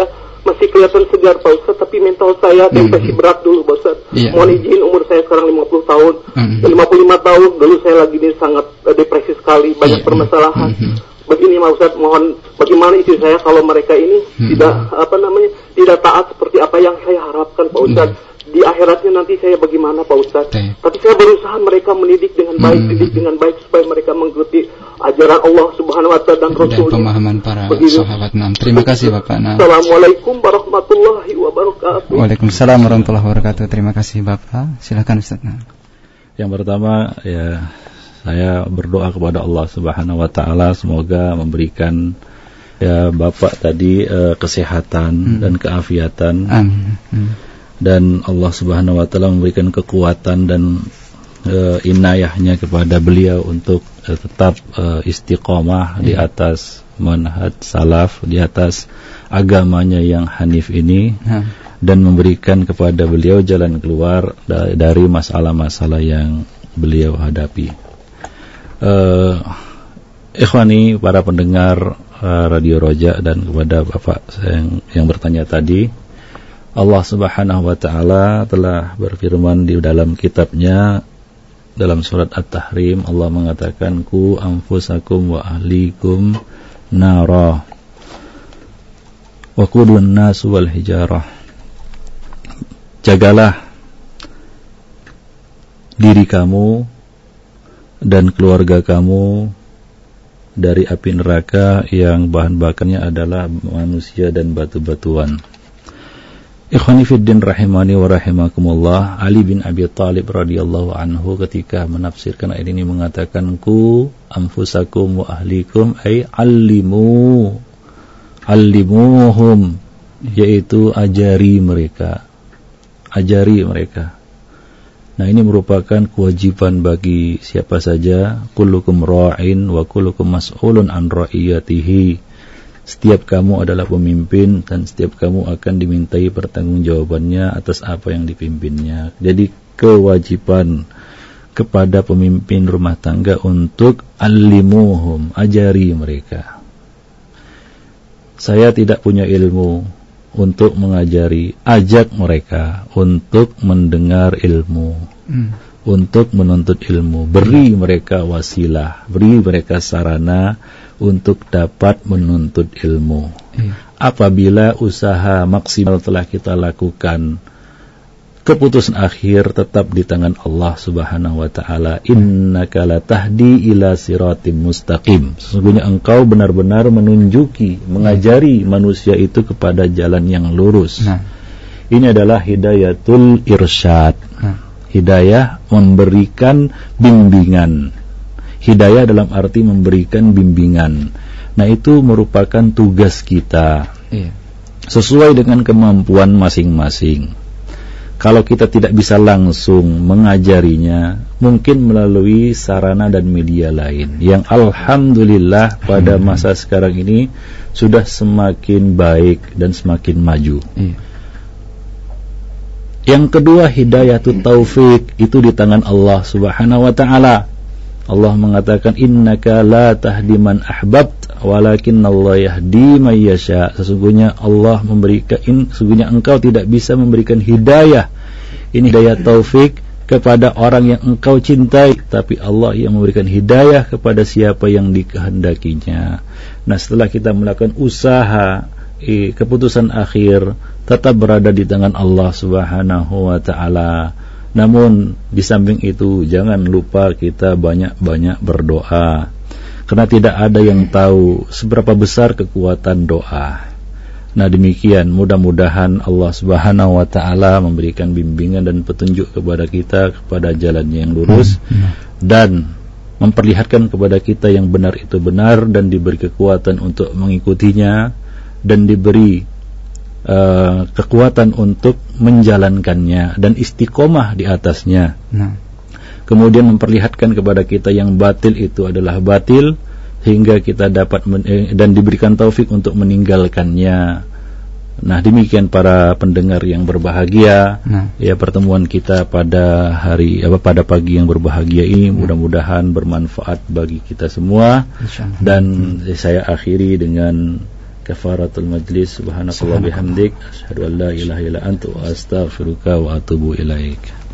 masih kelihatan segar Pak Ustaz, tapi mental saya depresi mm-hmm. berat dulu Pak Ustaz. Yeah. Mohon izin, umur saya sekarang lima puluh tahun, mm-hmm. lima puluh lima tahun, dulu saya lagi ini sangat uh, depresi sekali, banyak yeah. permasalahan. Mm-hmm. Begini Pak Ustaz, mohon bagaimana istri saya kalau mereka ini mm-hmm. tidak apa namanya tidak taat seperti apa yang saya harapkan Pak Ustaz. Mm-hmm. Di akhiratnya nanti saya bagaimana Pak Ustaz? Okay. Tapi saya berusaha mereka mendidik dengan baik, hmm. didik dengan baik supaya mereka mengikuti ajaran Allah Subhanahu Wa Taala dan Rasul.
Dan pemahaman para begitu. Sahabat. Nah, terima kasih Bapak. Nah.
Assalamualaikum warahmatullahi wabarakatuh.
Waalaikumsalam warahmatullahi wabarakatuh. Terima kasih Bapak. Silakan Ustaz. Nah.
Yang pertama ya saya berdoa kepada Allah Subhanahu Wa Taala semoga memberikan ya Bapak tadi uh, kesehatan hmm. dan keafiatan. Amin. Hmm. Dan Allah Subhanahu Wa Taala memberikan kekuatan dan e, inayahnya kepada beliau untuk e, tetap e, istiqomah hmm. di atas manhaj salaf, di atas agamanya yang hanif ini hmm. dan memberikan kepada beliau jalan keluar da- dari masalah-masalah yang beliau hadapi. E, ikhwani para pendengar e, Radio Roja dan kepada Bapak yang, yang bertanya tadi, Allah Subhanahu Wa Taala telah berfirman di dalam kitabnya dalam surat At-Tahrim, Allah mengatakan ku anfusakum wa ahlikum nara wa qudun nas wal hijarah. Jagalah diri kamu dan keluarga kamu dari api neraka yang bahan bakarnya adalah manusia dan batu-batuan. Ikhwani fiddin rahimani wa rahimakumullah, Ali bin Abi Thalib radhiyallahu anhu ketika menafsirkan ayat ini mengatakan ku anfusakum wa ahlikum ay allimu allimuhum, yaitu ajari mereka ajari mereka. Nah, ini merupakan kewajiban bagi siapa saja. Kullukum ra'in wa kullukum mas'ulun an ra'iyatihi. Setiap kamu adalah pemimpin dan setiap kamu akan dimintai pertanggungjawabannya atas apa yang dipimpinnya. Jadi kewajiban kepada pemimpin rumah tangga untuk allimuhum, ajari mereka. Saya tidak punya ilmu untuk mengajari, ajak mereka untuk mendengar ilmu, hmm. untuk menuntut ilmu. Beri mereka wasilah, beri mereka sarana untuk dapat menuntut ilmu. Iya. Apabila usaha maksimal telah kita lakukan, keputusan akhir tetap di tangan Allah Subhanahu wa taala. Innaka latahdi ila siratim mustaqim. Sesungguhnya engkau benar-benar menunjuki, mengajari manusia itu kepada jalan yang lurus. Nah. Ini adalah hidayatul irsyad. Nah. Hidayah memberikan bimbingan. Hidayah dalam arti memberikan bimbingan. Nah, itu merupakan tugas kita. Iya. Sesuai dengan kemampuan masing-masing. Kalau kita tidak bisa langsung mengajarinya, mungkin melalui sarana dan media lain yang alhamdulillah pada masa sekarang ini sudah semakin baik dan semakin maju. Iya. Yang kedua, hidayatut taufik itu di tangan Allah Subhanahu wa taala. Allah mengatakan innaka la tahdi man ahbabt walakinnallaha yahdi may yasha. Sesungguhnya Allah memberikan sesungguhnya engkau tidak bisa memberikan hidayah. Ini hidayah taufik kepada orang yang engkau cintai, tapi Allah yang memberikan hidayah kepada siapa yang dikehendakinya. Nah, setelah kita melakukan usaha, eh, keputusan akhir tetap berada di tangan Allah Subhanahu wa taala. Namun di samping itu jangan lupa kita banyak-banyak berdoa, karena tidak ada yang tahu seberapa besar kekuatan doa. Nah, demikian, mudah-mudahan Allah Subhanahu wa taala memberikan bimbingan dan petunjuk kepada kita kepada jalan yang lurus dan memperlihatkan kepada kita yang benar itu benar dan diberi kekuatan untuk mengikutinya dan diberi Uh, kekuatan untuk menjalankannya dan istiqomah di atasnya. Nah. Kemudian memperlihatkan kepada kita yang batil itu adalah batil hingga kita dapat men- eh, dan diberikan taufik untuk meninggalkannya. Nah, demikian para pendengar yang berbahagia. Nah. Ya, pertemuan kita pada hari apa pada pagi yang berbahagia ini nah. mudah-mudahan bermanfaat bagi kita semua. Dan hmm. saya akhiri dengan kafaratul majlis. Subhanakallah bihamdik, asyhadu an la ilaha illa anta wa astaghfiruka wa atubu ilaik.